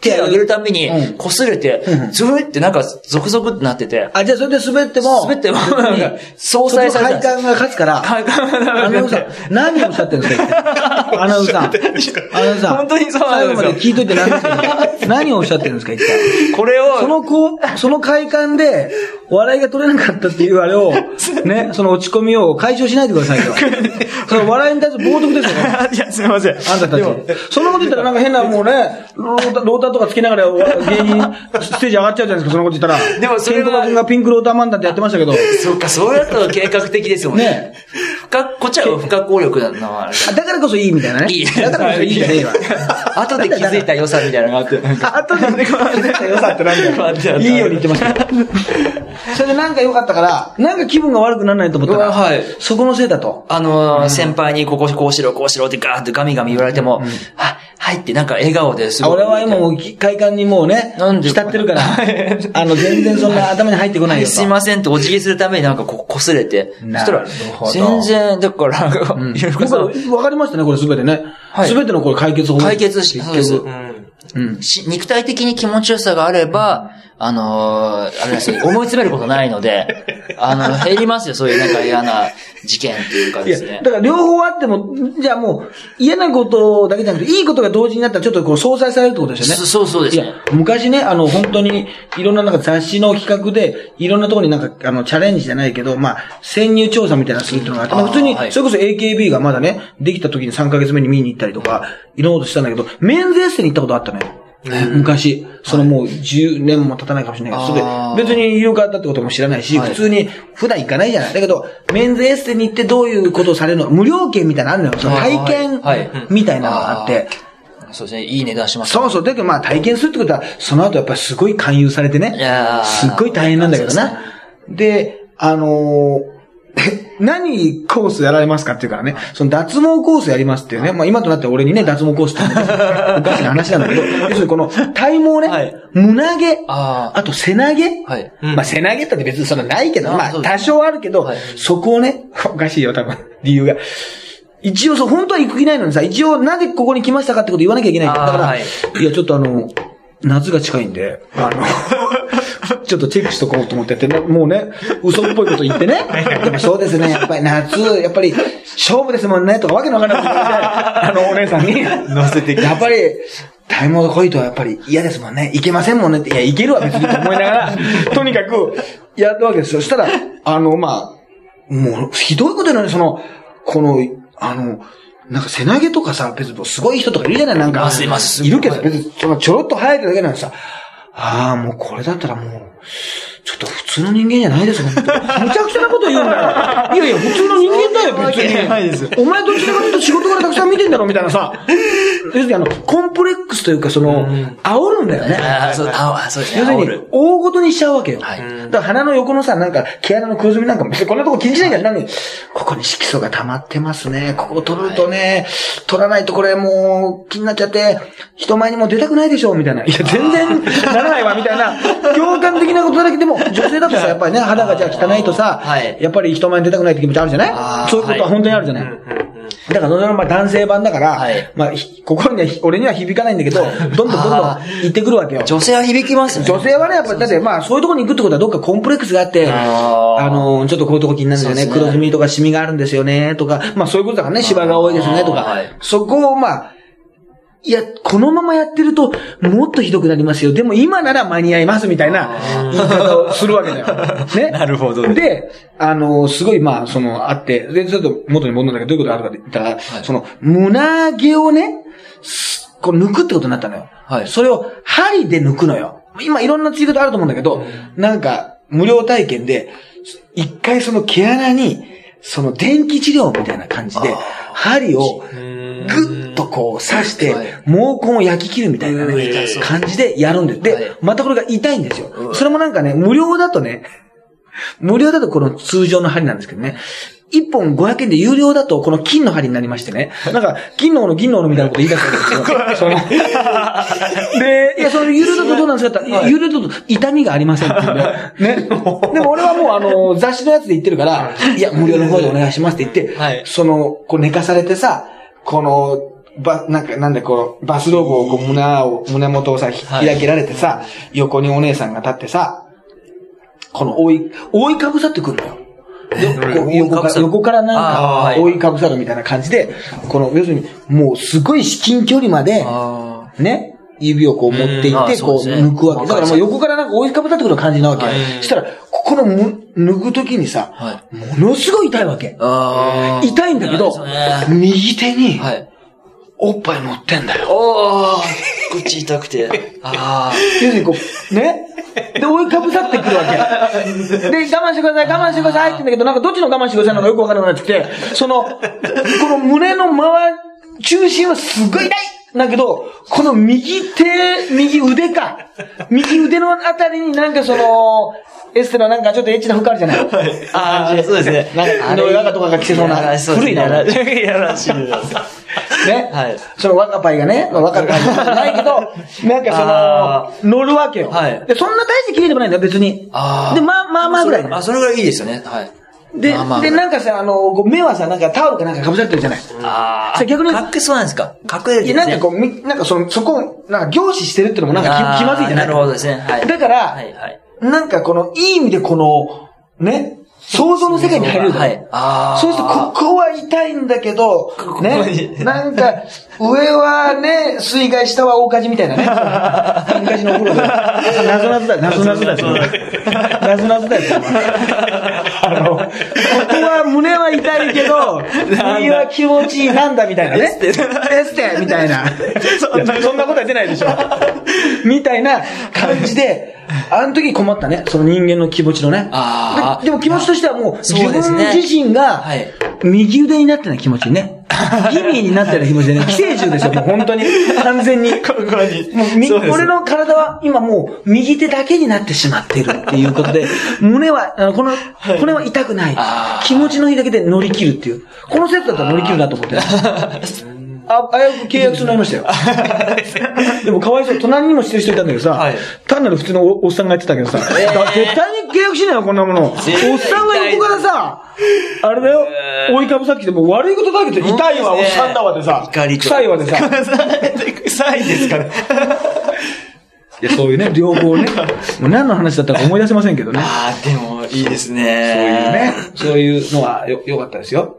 手を上げるたびに、擦れて、ズブってなんか、ゾクゾクってなってて。 あ、じゃあそれで滑っても、 なんか、相殺された。 快感が勝つから、アナウンサー、何をおっしゃってるんですかアナウンサー。 本当にそうなんですよ。 最後まで聞いといて何をおっしゃってるんですか、一体。 これを、 その快感で、笑いが取れなかったっていうあれを、ね、その落ち込みを解消しないでくださいよ。その笑いに対する冒涜ですよね。 いや、すみません。 あんたたち。そんなこと言ったらなんか変なもうね、ローターとかつけながら芸人ステージ上がっちゃうじゃないですか、そのこと言ったら。 でもそれは。 ケンコバ君がピンクローター漫談ってやってましたけど。 そっか、そうやったら計画的ですもんね。ね。こっちは不可抗力なのは。 だからこそいいみたいなね。いい。だからこそいいじゃねえわ。 後で気づいた良さみたいなのがあって。 後で気づいた良さってなんだよ。いいように言ってました。それでなんか良かったから、なんか気分が悪くならないと思ったら、はい。そこのせいだと。 先輩にこうしろってガーってガミガミ言われても、はいってなんか笑顔ですごい。 俺は今もう快感にもうね、浸ってるから、全然そんな頭に入ってこないよ。 すいませんってお辞儀するためになんか擦れて。そしたら、全然、だから、わかりましたね、これすべてね。すべてのこれ解決法。 解決して、そうです。肉体的に気持ちよさがあれば、あれですよ、思い詰めることないので、減りますよ、そういうなんか嫌な事件っていうかですね。 だから両方あっても、じゃあもう、嫌なことだけじゃなくて、いいことが同時になったらちょっとこう相殺されるってことですよね。 そうです。いや、 昔ね、本当に、いろんななんか雑誌の企画で、いろんなところになんか、チャレンジじゃないけど、潜入調査みたいなのするっていうのがあって、普通に、それこそ AKB がまだね、できた時に3ヶ月目に見に行ったりとか、いろんなことしたんだけど、メンズエステに行ったことあったのよ。昔、もう10年も経たないかもしれないけど、別に有価だってことも知らないし、普通に普段行かないじゃない。だけど、メンズエステに行ってどういうことをされるのか、無料券みたいなのあるのよ。その体験みたいなのがあって。 そうですね、いい値段します。 そう。だけど体験するってことは、その後やっぱりすごい勧誘されてね。すっごい大変なんだけどな。で、何コースやられますかっていうからね、その脱毛コースやりますっていうね、今となって俺にね、脱毛コースって言うんだけど、おかしな話なんだけど、要するにこの体毛ね、胸毛、あと背投げ、背投げって別にそんなないけど、多少あるけど、そこをね、おかしいよ、多分、理由が。一応本当は行く気ないのにさ、一応なぜここに来ましたかってこと言わなきゃいけないんだ。だから、いや、ちょっと夏が近いんで、ちょっとチェックしとこうと思っててね、もうね、嘘っぽいこと言ってね。でもそうですね、やっぱり夏、やっぱり勝負ですもんね、とかわけのわからないこと言って、お姉さんに。乗せてきて。やっぱり、体毛が濃いとはやっぱり嫌ですもんね。いけませんもんねって。いや、いけるわ別にと思いながら、とにかく、やったわけですよ。そしたら、もう、ひどいことなのに、なんか背投げとかさ、別にすごい人とかいるじゃないなんか。いるけど、別にちょろっと生えてるだけなのにさ、もうこれだったらもう、ちょっと普通の人間じゃないですもん。むちゃくちゃなこと言うんだよ。いや、普通の人間だよ、別に。お前どちらかというと仕事からたくさん見てんだろ、みたいなさ。要するにコンプレックスというか、煽るんだよね。 そうですね。 要するに、大ごとにしちゃうわけよ。だから鼻の横のさ、なんか、毛穴の黒ずみなんかも、こんなとこ気にしないから、ここに色素が溜まってますね。ここを取るとね、取らないとこれもう気になっちゃって、人前にも出たくないでしょ、みたいな。いや、全然ならないわ、みたいな。共感的なことだらけでも、女性だとさ、やっぱりね、肌がじゃあ汚いとさ、やっぱり人前に出たくないって気持ちあるじゃないそういうことは本当にあるじゃない。だから、それは男性版だから、心には、俺には響かないんだけど、どんどん言ってくるわけよ。 女性は響きますね。 女性はね、やっぱり、だってそういうところに行くってことはどっかコンプレックスがあって、ちょっとこういうとこ気になるんですよね。黒ずみとかシミがあるんですよね、とか、そういうことだからね、芝が多いですね、とか。そこをいや、このままやってると、もっとひどくなりますよ。でも今なら間に合います、みたいな言い方をするわけだよ。ね。 なるほど。 で、すごい、あって、で、ちょっと元に戻るんだけど、どういうことがあるかって言ったら、胸毛をね、こう抜くってことになったのよ。それを針で抜くのよ。今いろんなツイートあると思うんだけど、なんか、無料体験で、一回その毛穴に、電気治療みたいな感じで、針を、ぐっとこう刺して、毛根を焼き切るみたいなね、感じでやるんです。で、またこれが痛いんですよ。それもなんかね、無料だとこの通常の針なんですけどね、1本500円で有料だとこの金の針になりましてね、なんか、銀の斧みたいなこと言い出したんですよ。で、いや、有料だとどうなんですかって言ったら、有料だと痛みがありませんっていうね。でも俺はもう雑誌のやつで言ってるから、いや、無料の方でお願いしますって言って、こう寝かされてさ、 なんでこう、バスローブをこう胸元をさ、開けられてさ、横にお姉さんが立ってさ、この覆いかぶさってくるのよ。横からなんか、覆いかぶさるみたいな感じで、この、要するに、もうすごい至近距離まで、ね、指をこう持っていって、こう抜くわけ。だからもう横からなんか覆いかぶさってくる感じなわけ。そしたら、ここの抜くときにさ、ものすごい痛いわけ。痛いんだけど、右手に、おっぱい持ってんだよ。 口痛くて。 要するにこう、ね。で、覆いかぶさってくるわけ。で、我慢してください、我慢してくださいって言うんだけど、なんかどっちの我慢してくださいのかよくわからなくなってきて、この胸の中心はすっごい痛いだけど、この右腕のあたりになんかエステのなんかちょっとエッチな服あるじゃない。 そうですね。 なんか、井上赤とかが着てそうな。古いな。 やらしいです。 ね。はい。若パイがね、若パイじゃないけど、なんか乗るわけよ。はい。で、そんな大して綺麗でもないんだよ、別に。で、まあぐらいね。 それぐらいいいですよね。はい。 で、なんかさ、目はさ、なんかタオルかなんか被されてるじゃない。 逆に。隠そうなんですか？隠れる。 なんかこう、なんかそこを、なんか凝視してるってのもなんか気まずいじゃない。 なるほどですね。はい。 だから、なんかいい意味でね、想像の世界に入れる。はい。そうすると、ここは痛いんだけど、ね、なんか、上はね、水害、下は大火事みたいなね。昔のお風呂で。謎だよ。謎だよ。ここは胸は痛いけど、右は気持ちいいなんだみたいなね。エステみたいな。そんなことは出ないでしょ。みたいな感じで、あの時困ったね。その人間の気持ちのね。でも気持ちとしてはもう、自分自身が、右腕になってない気持ちね。ギミーになってない気持ちでね。寄生虫ですよ、もう本当に。完全に。俺の体は今もう、右手だけになってしまっているっていうことで、胸は、骨は痛くない。気持ちのいいだけで乗り切るっていう。このセットだったら乗り切るなと思って。危うく契約になりましたよ。でもかわいそう。隣にもしてる人いたんだけどさ、単なる普通のおっさんがやってたけどさ、絶対に契約しないよ、こんなもの。おっさんが横からさ、あれだよ、覆いかぶさってきて、もう悪いことだけど、痛いわ、おっさんだわでさ、臭いわでさ。 臭いですから。 そういうね、両方ね。もう何の話だったか思い出せませんけどね。 でもいいですね。 そういうのは良かったですよ。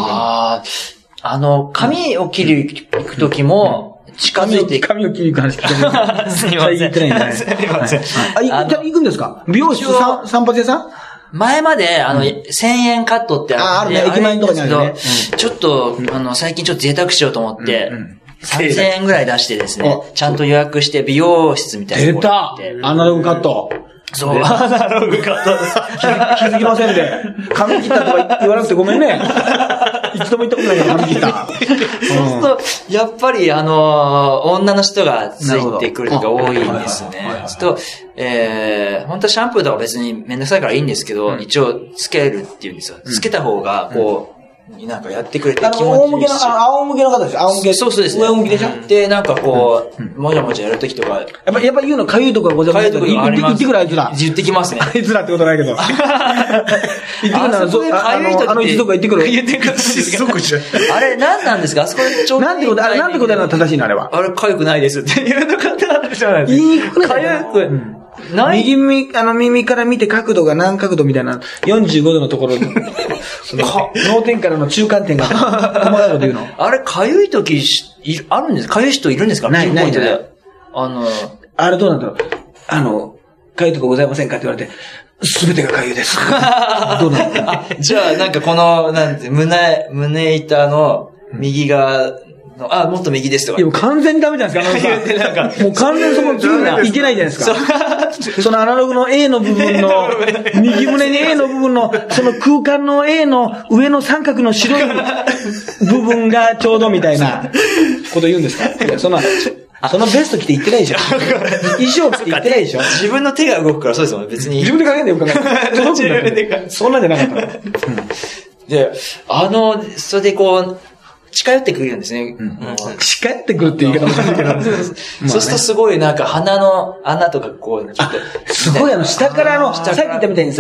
髪を切り行くときも、近づいて髪を切り行く話聞いてない。 すみません。 言ってないんだね。すみません。行くんですか？美容室散髪屋さん？ 前まで、1000円カットってあるね、駅前のとこにあるね。 ちょっと、最近ちょっと贅沢しようと思って、3000円ぐらい出してですね、ちゃんと予約して美容室みたいな。 出た！アナログカット。 そう、アナログカットです。 気づきませんで。髪切ったとか言わなくてごめんね。一度も言ったことないけど髪切った。 そうすると、やっぱり女の人がついてくるのが多いんですね。そうすると、本当はシャンプーとか別にめんどくさいからいいんですけど、一応つけるって言うんですよ。つけた方が、なんかやってくれて気持ちいいし。 仰向けの方ですよ。仰向け。 そうですね。 上向きでしょ？ で、なんかもじゃもじゃやるときとか。 やっぱ言うの、かゆいとかございますけど、言ってくるあいつら。 言ってきますね。 あいつらってことないけど。言ってくるなら、一族が言ってくる。 言ってくる。あれ、何なんですか？あそこでちょうど。 なんてことやるの正しいのあれは。 あれ、かゆくないですって言うのかってなんでしょうね。 言いにくくないかゆく。右耳から見て角度が何角度みたいな、45度のところに、脳天からの中間点が、細かいこと言うの。 あれ、かゆいとき、あるんですか？かゆい人いるんですか？ ない。 あれどうなんだろう。かゆいとこございませんかって言われて、すべてがかゆいです。どうなんだろう。 じゃあ、なんか胸板の右側、もっと右ですとか。 いや、もう完全にダメじゃないですか、もう完全にそこいけないじゃないですか。そのアナログの A の部分の、右胸に A の部分の、その空間の A の上の三角の白い部分がちょうどみたいなこと言うんですか？いや、そのベスト着て言ってないでしょ。衣装着て言ってないでしょ。 自分の手が動くからそうですもんね、別に。 自分でかけんでよくない。そんなんじゃなかった。 で、それで近寄ってくるんですね。 近寄ってくるって言い方もするけど。 そうするとすごいなんか鼻の穴とかちょっと。 すごい下からさっき言ったみたいにさ、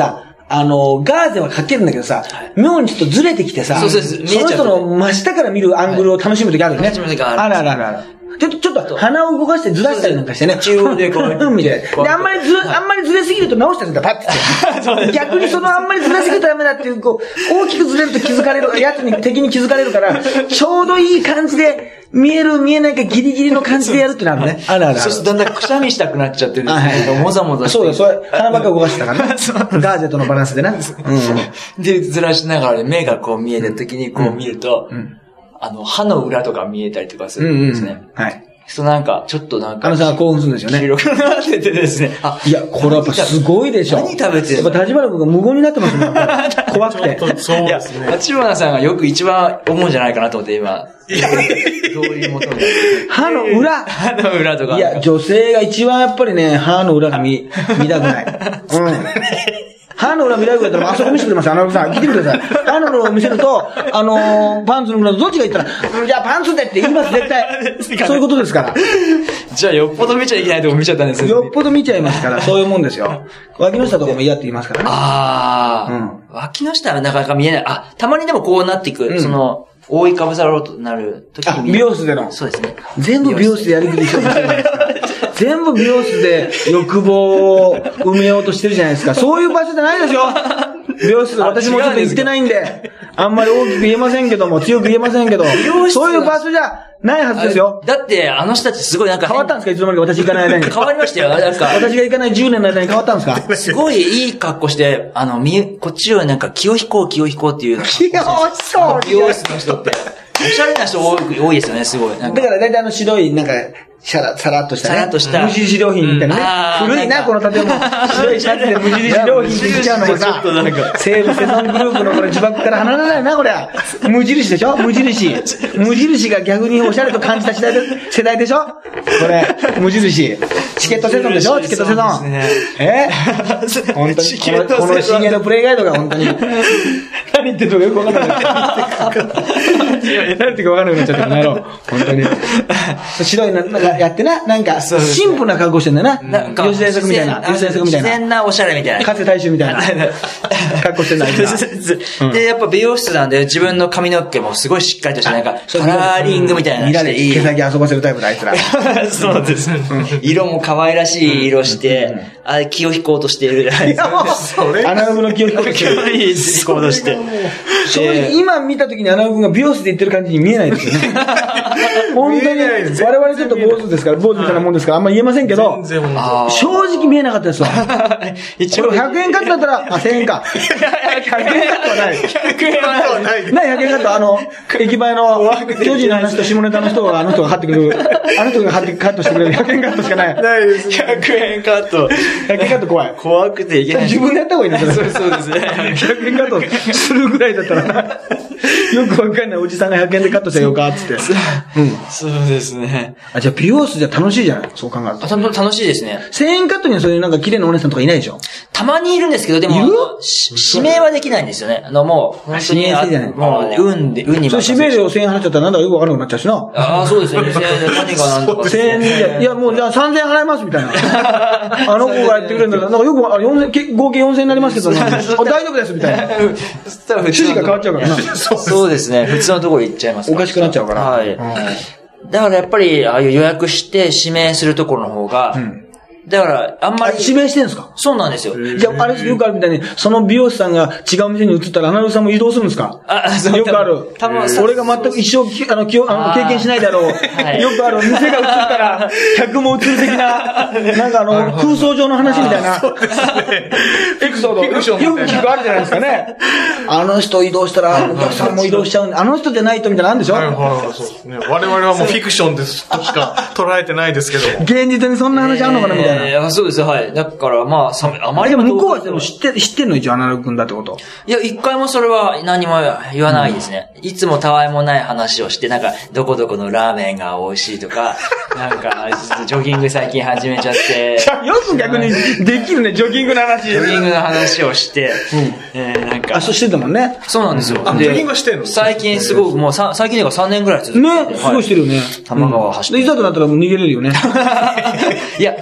ガーゼはかけるんだけどさ、妙にちょっとずれてきてさ、 そうです。 その人の真下から見るアングルを楽しむときあるよね。 楽しむときある。 あらららら。で、ちょっと鼻を動かしてずらしたりなんかしてね。 中央でこう。 みたいな。で、あんまりずれすぎると直したりとかパッて。逆にあんまりずれすぎるとダメだっていう、こう、大きくずれると気づかれる、敵に気づかれるから、ちょうどいい感じで、見える見えないかギリギリの感じでやるってなるね。あらあら。 そうするとだんだんくしゃみしたくなっちゃってるんですね。もざもざして。 そうだ、それ、鼻ばっか動かしてたからね。ガーゼとのバランスでな。 で、ずらしながら目がこう見えた時にこう見ると、歯の裏とか見えたりとかするんですね。 はい。 そうなんか、ちょっくさん興奮するんですよね。 広くなっててですね。 いや、これやっぱすごいでしょ。 何食べてるの？ やっぱ立花君が無言になってますもん。怖くて。 そうですね。 立花さんがよく一番思うんじゃないかなと思って今。どういう求め歯の裏とか。 いや、女性が一番やっぱりね、歯の裏が見たくない。歯の裏見られるから、あそこ見せてくれます。アナログさん、聞いてください。歯の裏を見せると、パンツの裏とどっちが言ったら、じゃあパンツでって言います、絶対。そういうことですから。 じゃあよっぽど見ちゃいけないとこ見ちゃったんですよ。 よっぽど見ちゃいますから、そういうもんですよ。脇の下とかも嫌って言いますからね。 脇の下はなかなか見えない。たまにでもこうなっていく、覆いかぶさろうとなる時に美容室での。 そうですね。 全部美容室でやりくりしてるじゃないですか。全部美容室で欲望を埋めようとしてるじゃないですか。そういう場所じゃないですよ。美容室、私もちょっと行ってないんで、あんまり大きく言えませんけども、強く言えませんけど、そういう場所じゃないはずですよ。 だって、あの人たちすごいなんか変わったんですか？いつの間にか私行かない間に。 変わりましたよ。なんか私が行かない10年の間に変わったんですか？ すごいいい格好して、こっちをなんか気を引こうっていう。 気を引こう美容室の人って。おしゃれな人多いですよね、すごい。 だから大体白い、なんか、さらっとしたね。 さらっとした。 無印良品みたいなね。古いな、この建物。白いシャツで無印良品って言っちゃうのもさ、西武セゾングループのこれ呪縛から離れないな、これ。無印でしょ？無印。無印が逆におしゃれと感じた世代でしょ？これ、無印。チケットセゾンでしょ？チケットセゾン。本当に。この深夜のプレイガイドが本当に。何言ってるのかよくわかんない。何言ってるかわかんなくなっちゃったこの野郎。本当に。白いなんかやってな、なんか、シンプルな格好してんだよな。吉田栄作みたいな。 自然なおしゃれみたいな。 かつて大衆みたいな。格好してんだよ。 で、やっぱ美容室なんで自分の髪の毛もすごいしっかりとして、なんか、カラーリングみたいな。 見られ毛先遊ばせるタイプだ、あいつら。 そうです。色も可愛らしい色して、気を引こうとしているじゃないですか。 アナログの気を引こうとしてる。 引こうとして。 正直、今見た時にアナログが美容室で言ってる感じに見えないですよね。本当に、我々ちょっと坊主ですから、坊主みたいなもんですから、あんま言えませんけど、正直見えなかったですわ。一応100円カットだったら、1000円か。100円カットはない。100円カットはない。ない100円カット、駅前の巨人の話と下ネタの人が、あの人が貼ってくる、あの人がカットしてくれる100円カットしかない。 ないです。100円カット。 100円カット怖い。 怖くていけない。 自分でやった方がいいんだ、 そうですね。 100円カットするぐらいだったらな。よくわかんないおじさんが100円でカットしたよか、つって。 そうですね。 じゃあ美容室じゃ楽しいじゃない？そう考えると。 楽しいですね。 1000円カットにはそういうなんか綺麗なお姉さんとかいないでしょ？ たまにいるんですけど、でも、指名はできないんですよね。もう、本当に、もう、運にそれ指名料1000円払っちゃったらなんだかよくわからなくなっちゃうしな。 ああ、そうですね。2000円で何がなんとか。 1000円で、いやもうじゃあ3000円払いますみたいな。あの子がやってくれるんだから、なんかよく合計4000円になりますけど、大丈夫ですみたいな。趣旨が変わっちゃうからな。 そうですね。普通のところ行っちゃいます。 おかしくなっちゃうから。 はい。だからやっぱり、ああいう予約して指名するところの方が、だから、あんまり。 指名してんですか？ そうなんですよ。 じゃあ、あれよくあるみたいに、その美容師さんが違う店に移ったら、アナログさんも移動するんですか？ そうよくある。 多分俺が全く一生、経験しないだろう。よくある。店が移ったら、客も移る的な、なんか空想上の話みたいな。エピソード。よく聞くあるじゃないですかね。あの人移動したら、お客さんも移動しちゃうんで、あの人じゃないとみたいなのあるんでしょ？ そうですね。我々はもうフィクションですとしか捉えてないですけど。 現実にそんな話あるのかなみたいな。 そうです、はい。だからまあ、あまりでも向こうはでも知ってんの一応アナログ君だってこと。 いや、一回もそれは何も言わないですね。いつもたわいもない話をして、なんか、どこどこのラーメンが美味しいとか、なんか、ジョギング最近始めちゃって。 よく逆にできるね、ジョギングの話。 ジョギングの話をして、なんか。 そうしてたもんね。 そうなんですよ。 ジョギングしてんの？ 最近すごく、もう最近で3年ぐらい続けて。 ね、すごいしてるよね。 玉川走って。 いざとなったらもう逃げれるよね。 いや、 すぐ捕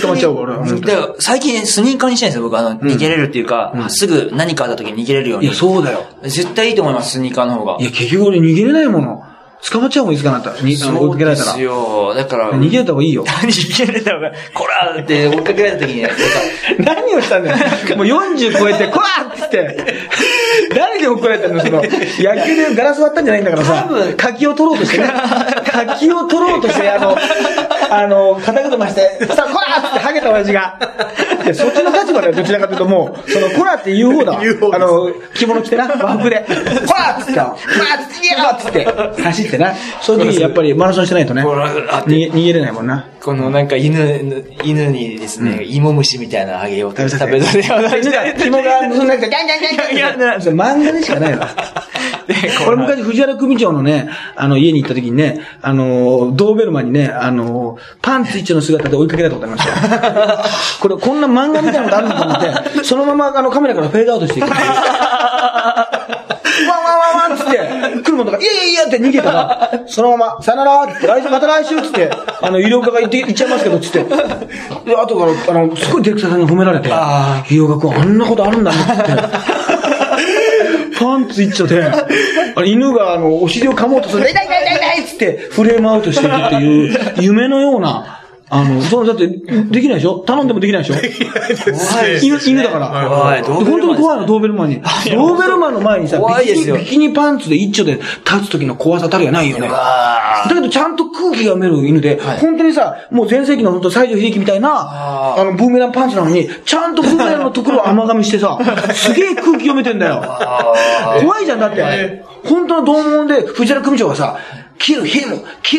捕まっちゃうから。 最近スニーカーにしてるんですよ、僕。逃げれるっていうか、すぐ何かあった時に逃げれるように。 いや、そうだよ。 絶対いいと思います、スニーカーの方が。 いや、結局俺逃げれないもの。捕まっちゃうもん、いつかなったら。追いかけられたら。 そうですよ。だから。 逃げれた方がいいよ。 逃げれた方が、こらーって追いかけられた時に、 何をしたんだよ。もう40超えて、こらーって言って。誰で怒られてんのその、野球でガラス割ったんじゃないんだからさ、柿を取ろうとしてね。柿を取ろうとして、肩車して、さあ、こらーってハゲた親父が。そっちの立場だよ、どちらかというともう、その、こらって言う方だわ。着物着てな、和服で。こらーって言ったら、こらーって言えよってって、走ってな。そういう時やっぱりマラソンしてないとね、逃げれないもんな。 このなんか犬にですね、芋虫みたいなのあげようと食べさせようとして。 紐が結んできて、ギャンギャンギャンギャンギャン。それ漫画でしかないわ。これ昔藤原組長のね、家に行った時にね、ドーベルマンにね、パンツ一丁の姿で追いかけられたことありましたよ。これ、こんな漫画みたいなことあるのと思って、そのままカメラからフェードアウトしていく。ワンワンワンワンつって、来るもんとか、いやいやいやって逃げたら、そのまま、さよならって、また来週つって、医療科が行っちゃいますけど、つって。で、後から、すごいディレクターさんに褒められて、医療科君あんなことあるんだねって。パンツ一丁で、犬がお尻を噛もうとする、痛い痛い痛い痛いつって、フレームアウトしていくっていう、夢のような、だって、できないでしょ頼んでもできないでしょ犬だから。本当に怖いの、ドーベルマンに。ドーベルマンの前にさ、ビキニパンツで一丁で立つ時の怖さたるやないよね。だけどちゃんと空気が読める犬で、本当にさ、もう前世紀の西城秀樹みたいな、ブーメランパンツなのに、ちゃんとブーメランのところを甘噛みしてさ、すげえ空気読めてんだよ。怖いじゃん、だって。本当の同門で藤原組長がさ、kill him,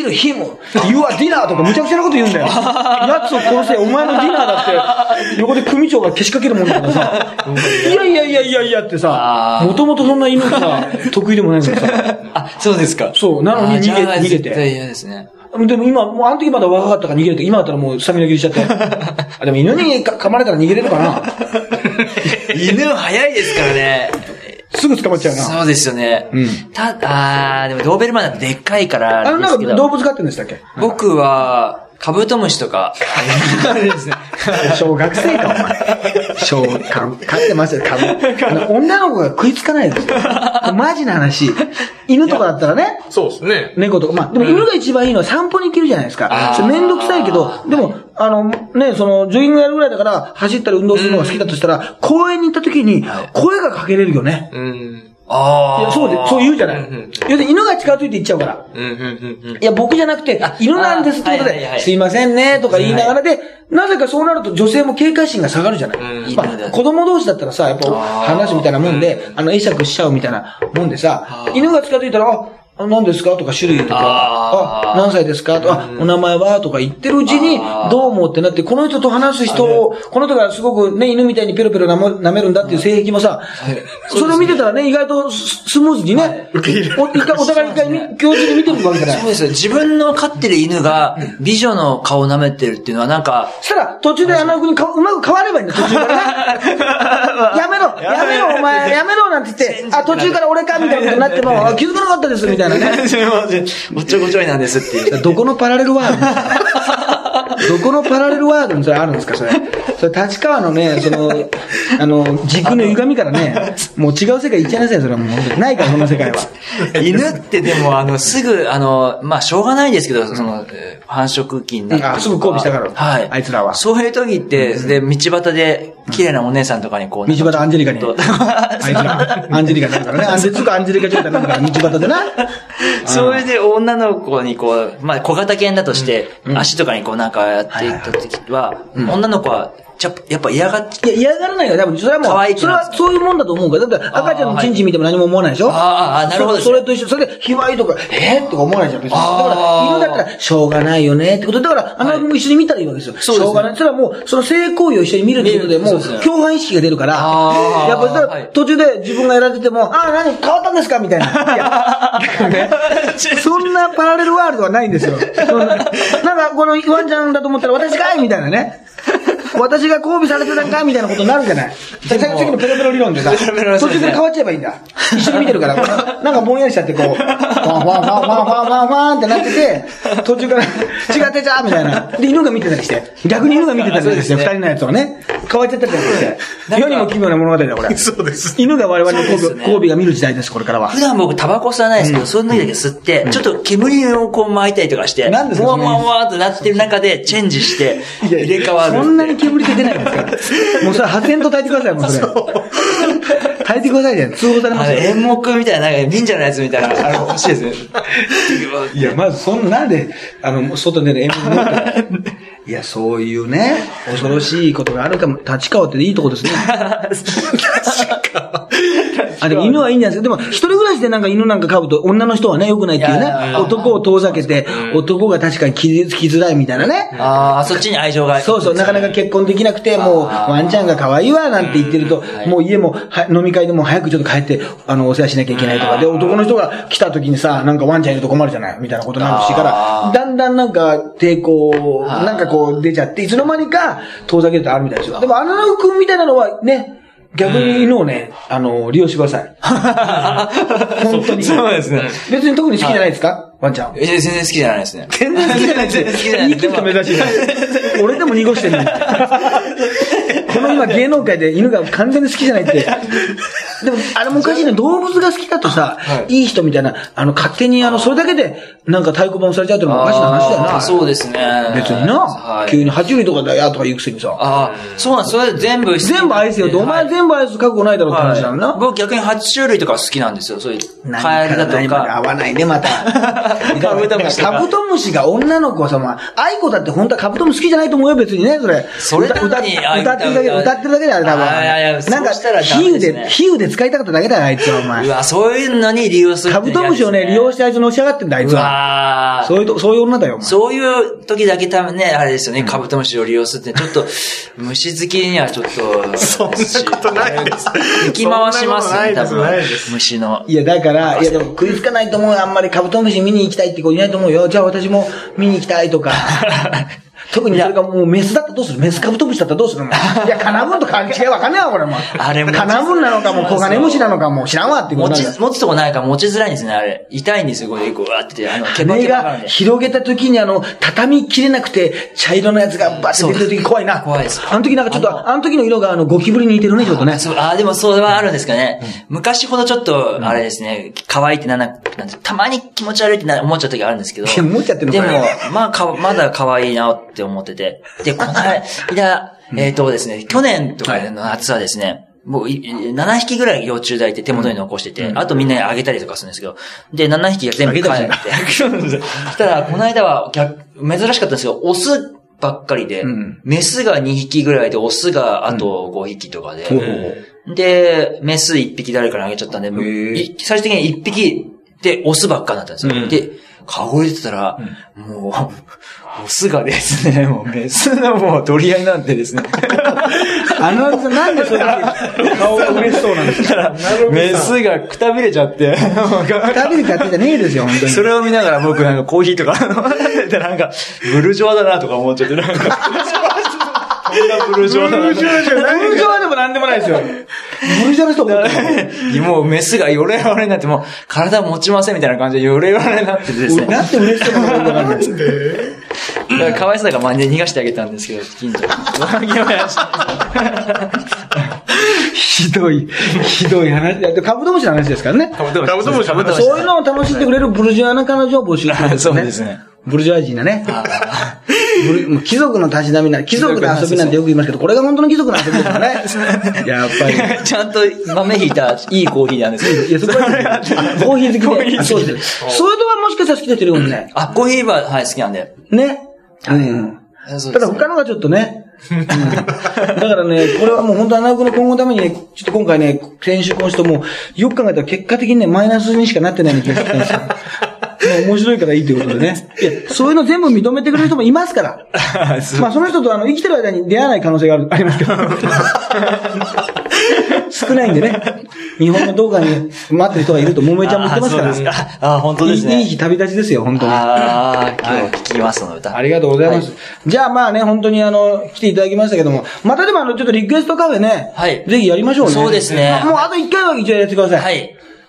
you are dinner とかむちゃくちゃなこと言うんだよ。奴を殺せ、お前のディナーだって、横で組長がけしかけるもんだからさ、いやってさ、もともとそんな犬が得意でもないんだからさ。 あ、そうですか。 そう、なのに逃げて。 絶対嫌ですね。 でも今、もうあの時まだ若かったから逃げれて、今だったらもうスタミナ切りしちゃって。でも犬に噛まれたら逃げれるかな。 犬早いですからね。 すぐ捕まっちゃうな。 そうですよね。でもドーベルマンなんてでっかかいからなんか動物飼ってんでしたっけ？ 僕は、カブトムシとか。 小学生か、お前。飼ってますよ、女の子が食いつかないですよ。マジな話。犬とかだったらね。 そうですね。 猫とか。まあ、でも犬が一番いいのは散歩に行けるじゃないですか。それめんどくさいけど、でも、ね、ジョギングやるぐらいだから、走ったり運動するのが好きだとしたら、公園に行った時に、声がかけれるよね。いや、そう言うじゃない。要するに犬が近づいて行っちゃうから。いや、僕じゃなくて、犬なんですってことで、すいませんね、とか言いながらで、なぜかそうなると女性も警戒心が下がるじゃない。まあ、子供同士だったらさ、やっぱ話すみたいなもんで、会釈しちゃうみたいなもんでさ、犬が近づいたら、何ですかとか種類とか、何歳ですかとか、お名前はとか言ってるうちに、どうもってなって、この人と話す人を、この人がすごくね、犬みたいにペロペロ舐めるんだっていう性癖もさ、それを見てたらね、意外とスムーズにね、お互いに共通で見てるわけじゃない。 そうですよ。自分の飼ってる犬が美女の顔を舐めてるっていうのはなんか、 そしたら途中でうまく変わればいいんだ、途中からね。やめろ、お前、やめろなんて言って、途中から俺かみたいなことになっても、気づかなかったです、みたいな。 すみません。おっちょこちょいなんですっていう。 どこのパラレルワールドどこのパラレルワールドにそれあるんですか、それ。それ立川のね、軸の歪みからね、もう違う世界行っちゃいなさい、それはもう。ないから、そんな世界は。 犬ってでも、すぐ、まあ、しょうがないですけど、繁殖期になって。 すぐ交尾したから。 はい。 あいつらは。 そういう時って、で、道端で、綺麗なお姉さんとかにこう。 道端アンジェリカに。あいつら。アンジェリカになるからね。アンジェリカ状態になるから、道端でな。 それで女の子にこう、まあ、小型犬だとして、足とかにこうなんかやっていった時は、女の子は、やっぱ嫌がって。 いや、嫌がらないよ。多分、それはもう、それはそういうもんだと思うから。だって赤ちゃんのチンチン見ても何も思わないでしょ？ なるほど。 それと一緒。それで、卑猥とか、とか思わないじゃん、別に。だから、犬だったら、しょうがないよね、ってことで。だから、君も一緒に見たらいいわけですよ。しょうがない。それはもう、その性行為を一緒に見るってことで、もう、共犯意識が出るから、やっぱ、途中で自分がやられてても、何変わったんですかみたいな。いや、そんなパラレルワールドはないんですよ。なんか、このワンちゃんだと思ったら、私かいみたいなね。私が交尾されてたんかみたいなことになるじゃない。さっきのペロペロ理論でさ、途中から変わっちゃえばいいんだ。 一緒に見てるから、なんかぼんやりしちゃってこう、ファンファンファンファンファンファンファンってなってて、途中から違ってちゃーみたいな。で、犬が見てたりして、逆に犬が見てたりして、二人のやつをね、変わっちゃったりして、世にも奇妙な物語だ、これ。 そうです。 犬が我々の交尾が見る時代です、これからは。 普段僕タバコ吸わないですけど、その時だけ吸って、ちょっと煙をこう巻いたりとかして、 なんですかもわーってなってる中でチェンジして、入れ替わる。 そんなに煙出てないんですかもうそれ発煙筒焚いてください、もうそれ。焚いてくださいね。通報されますよ。 煙木みたいな、なんか忍者のやつみたいな、あれ欲しいですね。 いや、まずなんで、外で煙木持っていや、そういうね、恐ろしいことがあるかも、立川っていいとこですね。でも犬はいいんじゃないですか。でも、一人暮らしでなんか犬なんか飼うと、女の人はね、良くないっていうね。男を遠ざけて、男が確かに傷つきづらいみたいなね。 そっちに愛情が。 そうそう、なかなか結婚できなくて、もう、ワンちゃんが可愛いわ、なんて言ってると、もう家も、飲み会でも早くちょっと帰って、お世話しなきゃいけないとか。で、男の人が来た時にさ、なんかワンちゃんいると困るじゃないみたいなことになるしから、だんだんなんか抵抗、なんかこう出ちゃって、いつの間にか遠ざけるとあるみたいですよ。でも、アナログ君みたいなのはね、逆に犬をね、利用してください。本当に。 そうですね。 別に特に好きじゃないですかワンちゃん。 全然好きじゃないですね。 全然好きじゃないですね。好きじゃない。言い切った珍しいな。俺でも濁してるのに。この今芸能界で犬が完全に好きじゃないって。でも、あれもおかしいね。動物が好きだとさ、いい人みたいな、勝手にそれだけで、なんか太鼓判されちゃうってのもおかしな話だよな。 そうですね。 別にな。急に爬虫類とかだよとか言うくせにさ。 そうなんです。それ全部愛せよって。お前全部愛す覚悟ないだろうって話なのな。 僕逆に爬虫類とか好きなんですよ。そういう、カエルだとか。 合わないね、また。カブトムシが女の子はさ、愛子だって本当はカブトムシ好きじゃないと思うよ、別にね、それ。 それだけに歌ってるだけであれ多分。なんか、比喩で使いたかっただけだよ、あいつは、お前。 うわ、そういうのに利用する。 カブトムシをね、利用してあいつのし上がってんだ、あいつは。そういう女だよ、お前。 そういう時だけ多分ね、あれですよね、カブトムシを利用するって、ちょっと、虫好きにはちょっと。 そんなことないです。 行き回しますね、多分。虫の。 いや、だから、でも食いつかないと思うよ、あんまりカブトムシ見に行きたいって子いないと思うよ。じゃあ私も見に行きたいとか。特にそれがもうメスだったらどうする？メスカブトムシだったらどうするの？いや、カナブンと関係わかんねえわ、これも。 あれも。 カナブンなのかも、コガネムシなのかも知らんわってことなんだ。 持つとこないから持ちづらいんですね、あれ。痛いんですよ、これ、こうやってて。 目が広げた時に畳み切れなくて、茶色のやつがバッて出てる時怖いな。 怖いです。 あの時なんかちょっと、あの時の色がゴキブリに似てるね、ちょっとね。 でもそれはあるんですかね。昔ほどちょっと、あれですね、可愛いってたまに気持ち悪いって思っちゃう時あるんですけど。 思っちゃってるのかでも、まだ可愛いなって思ってて。で、この間、ですね、去年とかの夏はですね、もう7匹ぐらい幼虫抱いて手元に残してて、あとみんなにあげたりとかするんですけど、で、7匹が全部帰って。そしたら、この間は珍しかったんですけど、オスばっかりで、メスが2匹ぐらいで、オスがあと5匹とかで、で、メス1匹誰かにあげちゃったんで、最終的に1匹でオスばっかになったんですよ。で、カゴ入れてたら、もう、オスがですね、もうメスのもう取り合いなんてですね。 なんでそれだけ顔が嬉しそうなんですか？ メスがくたびれちゃって。 くたびれちゃってじゃねえですよ、本当に。 それを見ながら僕なんかコーヒーとか飲んでてなんか、ブルジョワだなとか思っちゃって、なんか。こんなブルジョワだな。ブルジョワでもなんでもないですよ。ブルジョワの人思ってる。もうメスがヨレヨレになって、もう体持ちませんみたいな感じでヨレヨレになっててですね。 なんて嬉しそうなのかわかんないです。 かわいそうだから逃がしてあげたんですけど、近所に。 ひどい話だって、カブトムシの話ですからね。 カブトムシ。 そういうのを楽しんでくれるブルジョワな彼女を募集してるんですね。 そうですね。 ブルジョワ人なね。貴族のたしなみな、貴族の遊びなんてよく言いますけど、これが本当の貴族の遊びですからね。やっぱり。 ちゃんと豆引いたいいコーヒーなんですけど。 いや、そこはコーヒー好きで。そうです。そういうとはもしかしたら好きな人いるもんね。 コーヒーは、はい、好きなんで。 ね。ただ他のがちょっとね。だからね、これはもう本当アナログの今後のためにね、ちょっと今回ね、先週今週ともよく考えたら結果的にね、マイナスにしかなってないような気がしてるんですよ。面白いからいいということでね。いや、そういうの全部認めてくれる人もいますから。まあその人と生きてる間に出会わない可能性がありますけど。少ないんでね。日本のどこかに待ってる人がいると、桃江ちゃんも言ってますから。 本当ですね。 いい日旅立ちですよ、本当に。 今日聞きますの歌。 ありがとうございます。じゃあまあね、本当に来ていただきましたけども、またでもちょっとリクエストカフェね。はい。ぜひやりましょうね。 そうですね。 もうあと1回は一応やってください。はい。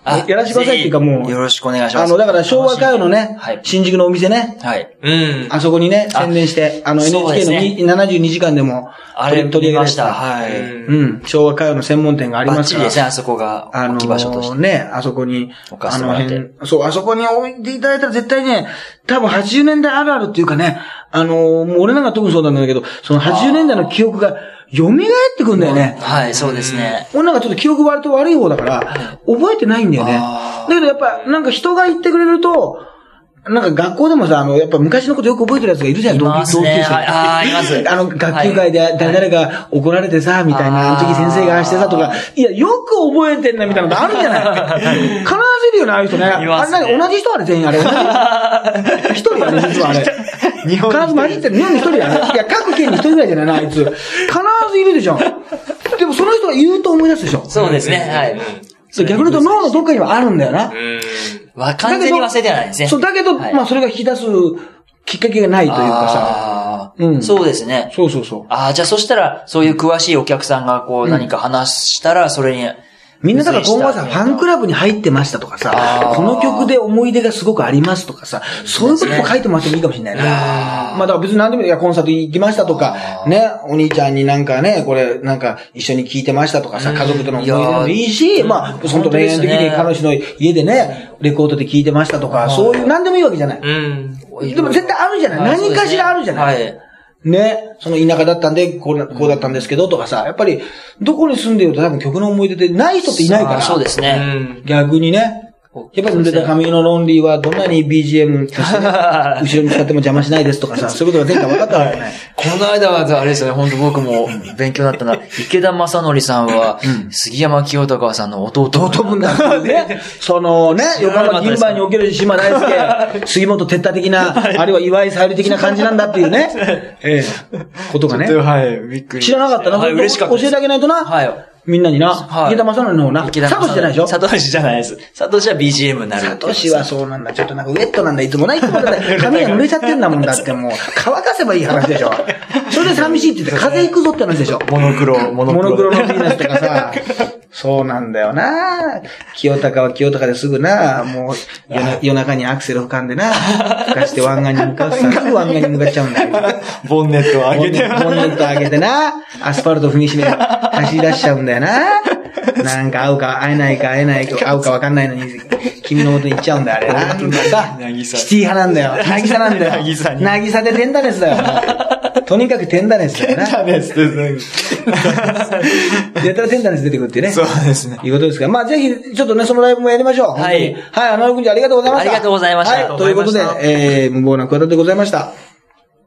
やらせてくださいっていうかもう。 よろしくお願いします。 だから昭和歌謡のね、新宿のお店ね。 はい。 あそこにね、宣伝して、NHK の72時間でも、 あれ取り上げました。はい。 昭和歌謡の専門店がありますから。 バッチリですね、あそこが。置き場所として。 ね、あそこに、 そう、 あそこに置いていただいたら絶対ね、多分80年代あるあるっていうかね、もう俺なんか特にそうなんだけど、その80年代の記憶が、蘇ってくんだよね。 はい、そうですね。 俺なんかちょっと記憶割と悪い方だから、覚えてないんだよね。だけどやっぱ、なんか人が言ってくれると、なんか学校でもさ、やっぱ昔のことよく覚えてるやつがいるじゃん、同級生。 います。 学級会で誰々が怒られてさ、みたいな、あの時先生がああしてさとか、いや、よく覚えてんな、みたいなのあるじゃない。必ずいるよね、ああいう人ね。あれ同じ人あれ全員あれ。一人あれ、実はあれ。必ず混じってる。日本に一人あれ。いや、各県に一人ぐらいじゃないな、あいつ。必ずいるでしょ。でもその人が言うと思い出すでしょ。 そうですね、はい。 逆に言うと脳のどっかにはあるんだよな。 完全に忘れてはないですね。 そう、だけど、まあそれが引き出すきっかけがないというかさ。そうですね。 そうそうそう。 じゃあそしたら、そういう詳しいお客さんがこう何か話したら、それに、 みんなだから今後はさ、ファンクラブに入ってましたとかさ、この曲で思い出がすごくありますとかさ、そういうことも書いてもらってもいいかもしれないな。まあだから別に何でもいい。コンサート行きましたとか、ね、お兄ちゃんになんかね、これなんか一緒に聴いてましたとかさ、家族との思い出でもいいし、まあ、本当恋愛の時に彼女の家でね、レコードで聴いてましたとか、そういう何でもいいわけじゃない。でも絶対あるじゃない。何かしらあるじゃない。ね、その田舎だったんで、こうだったんですけど、とかさ、やっぱり、どこに住んでると多分曲の思い出ってない人っていないから。 そうですね。 逆にね。やっぱり濡れた髪のロンリーはどんなに BGM として、後ろに使っても邪魔しないですとかさ、そういうことが前回分かったわけね。 この間はあれですよね、本当僕も勉強になったのは、池田正則さんは、杉山清隆さんの弟分だからね。そのね、横浜銀盤における島大輔、杉本哲太的な、あるいは岩井沙織的な感じなんだっていうね、ことがね。 はい、びっくり。 知らなかったな。嬉しかった。教えてあげないとな。はい。みんなにな。池田正則の方な。サトシじゃないでしょ？ サトシじゃないです。サトシは BGM になる。 サトシはそうなんだ。ちょっとなんかウェットなんだ。いつもな。いつもだって髪が濡れちゃってんだもんだってもう。乾かせばいい話でしょ。それで寂しいって言って風邪ひくぞって話でしょ。 モノクロのヴィーナスとかさ。そうなんだよな。清高は清高ですぐな。もう夜中にアクセル吹かんでな。吹かして湾岸に向かうさ。すぐ湾岸に向かっちゃうんだよ。 ボンネットを上げて。 ボンネットを上げてな。アスファルト踏みしめて走り出しちゃうんだよな。なんか会うか会えないか会うかわかんないのに、君の元に行っちゃうんだよ、あれ。なんださ。シティ派なんだよ。渚なんだよ。渚でテンダネスだよ。とにかくテンダネスだよな。テンダネスです。やったらテンダネス出てくるってね。 そうですね。 いうことですから。まあぜひ、ちょっとね、そのライブもやりましょう。 はい。 はい、くんじゃありがとうございました。 ありがとうございました。 はい、ということで、無謀な桑田でございました。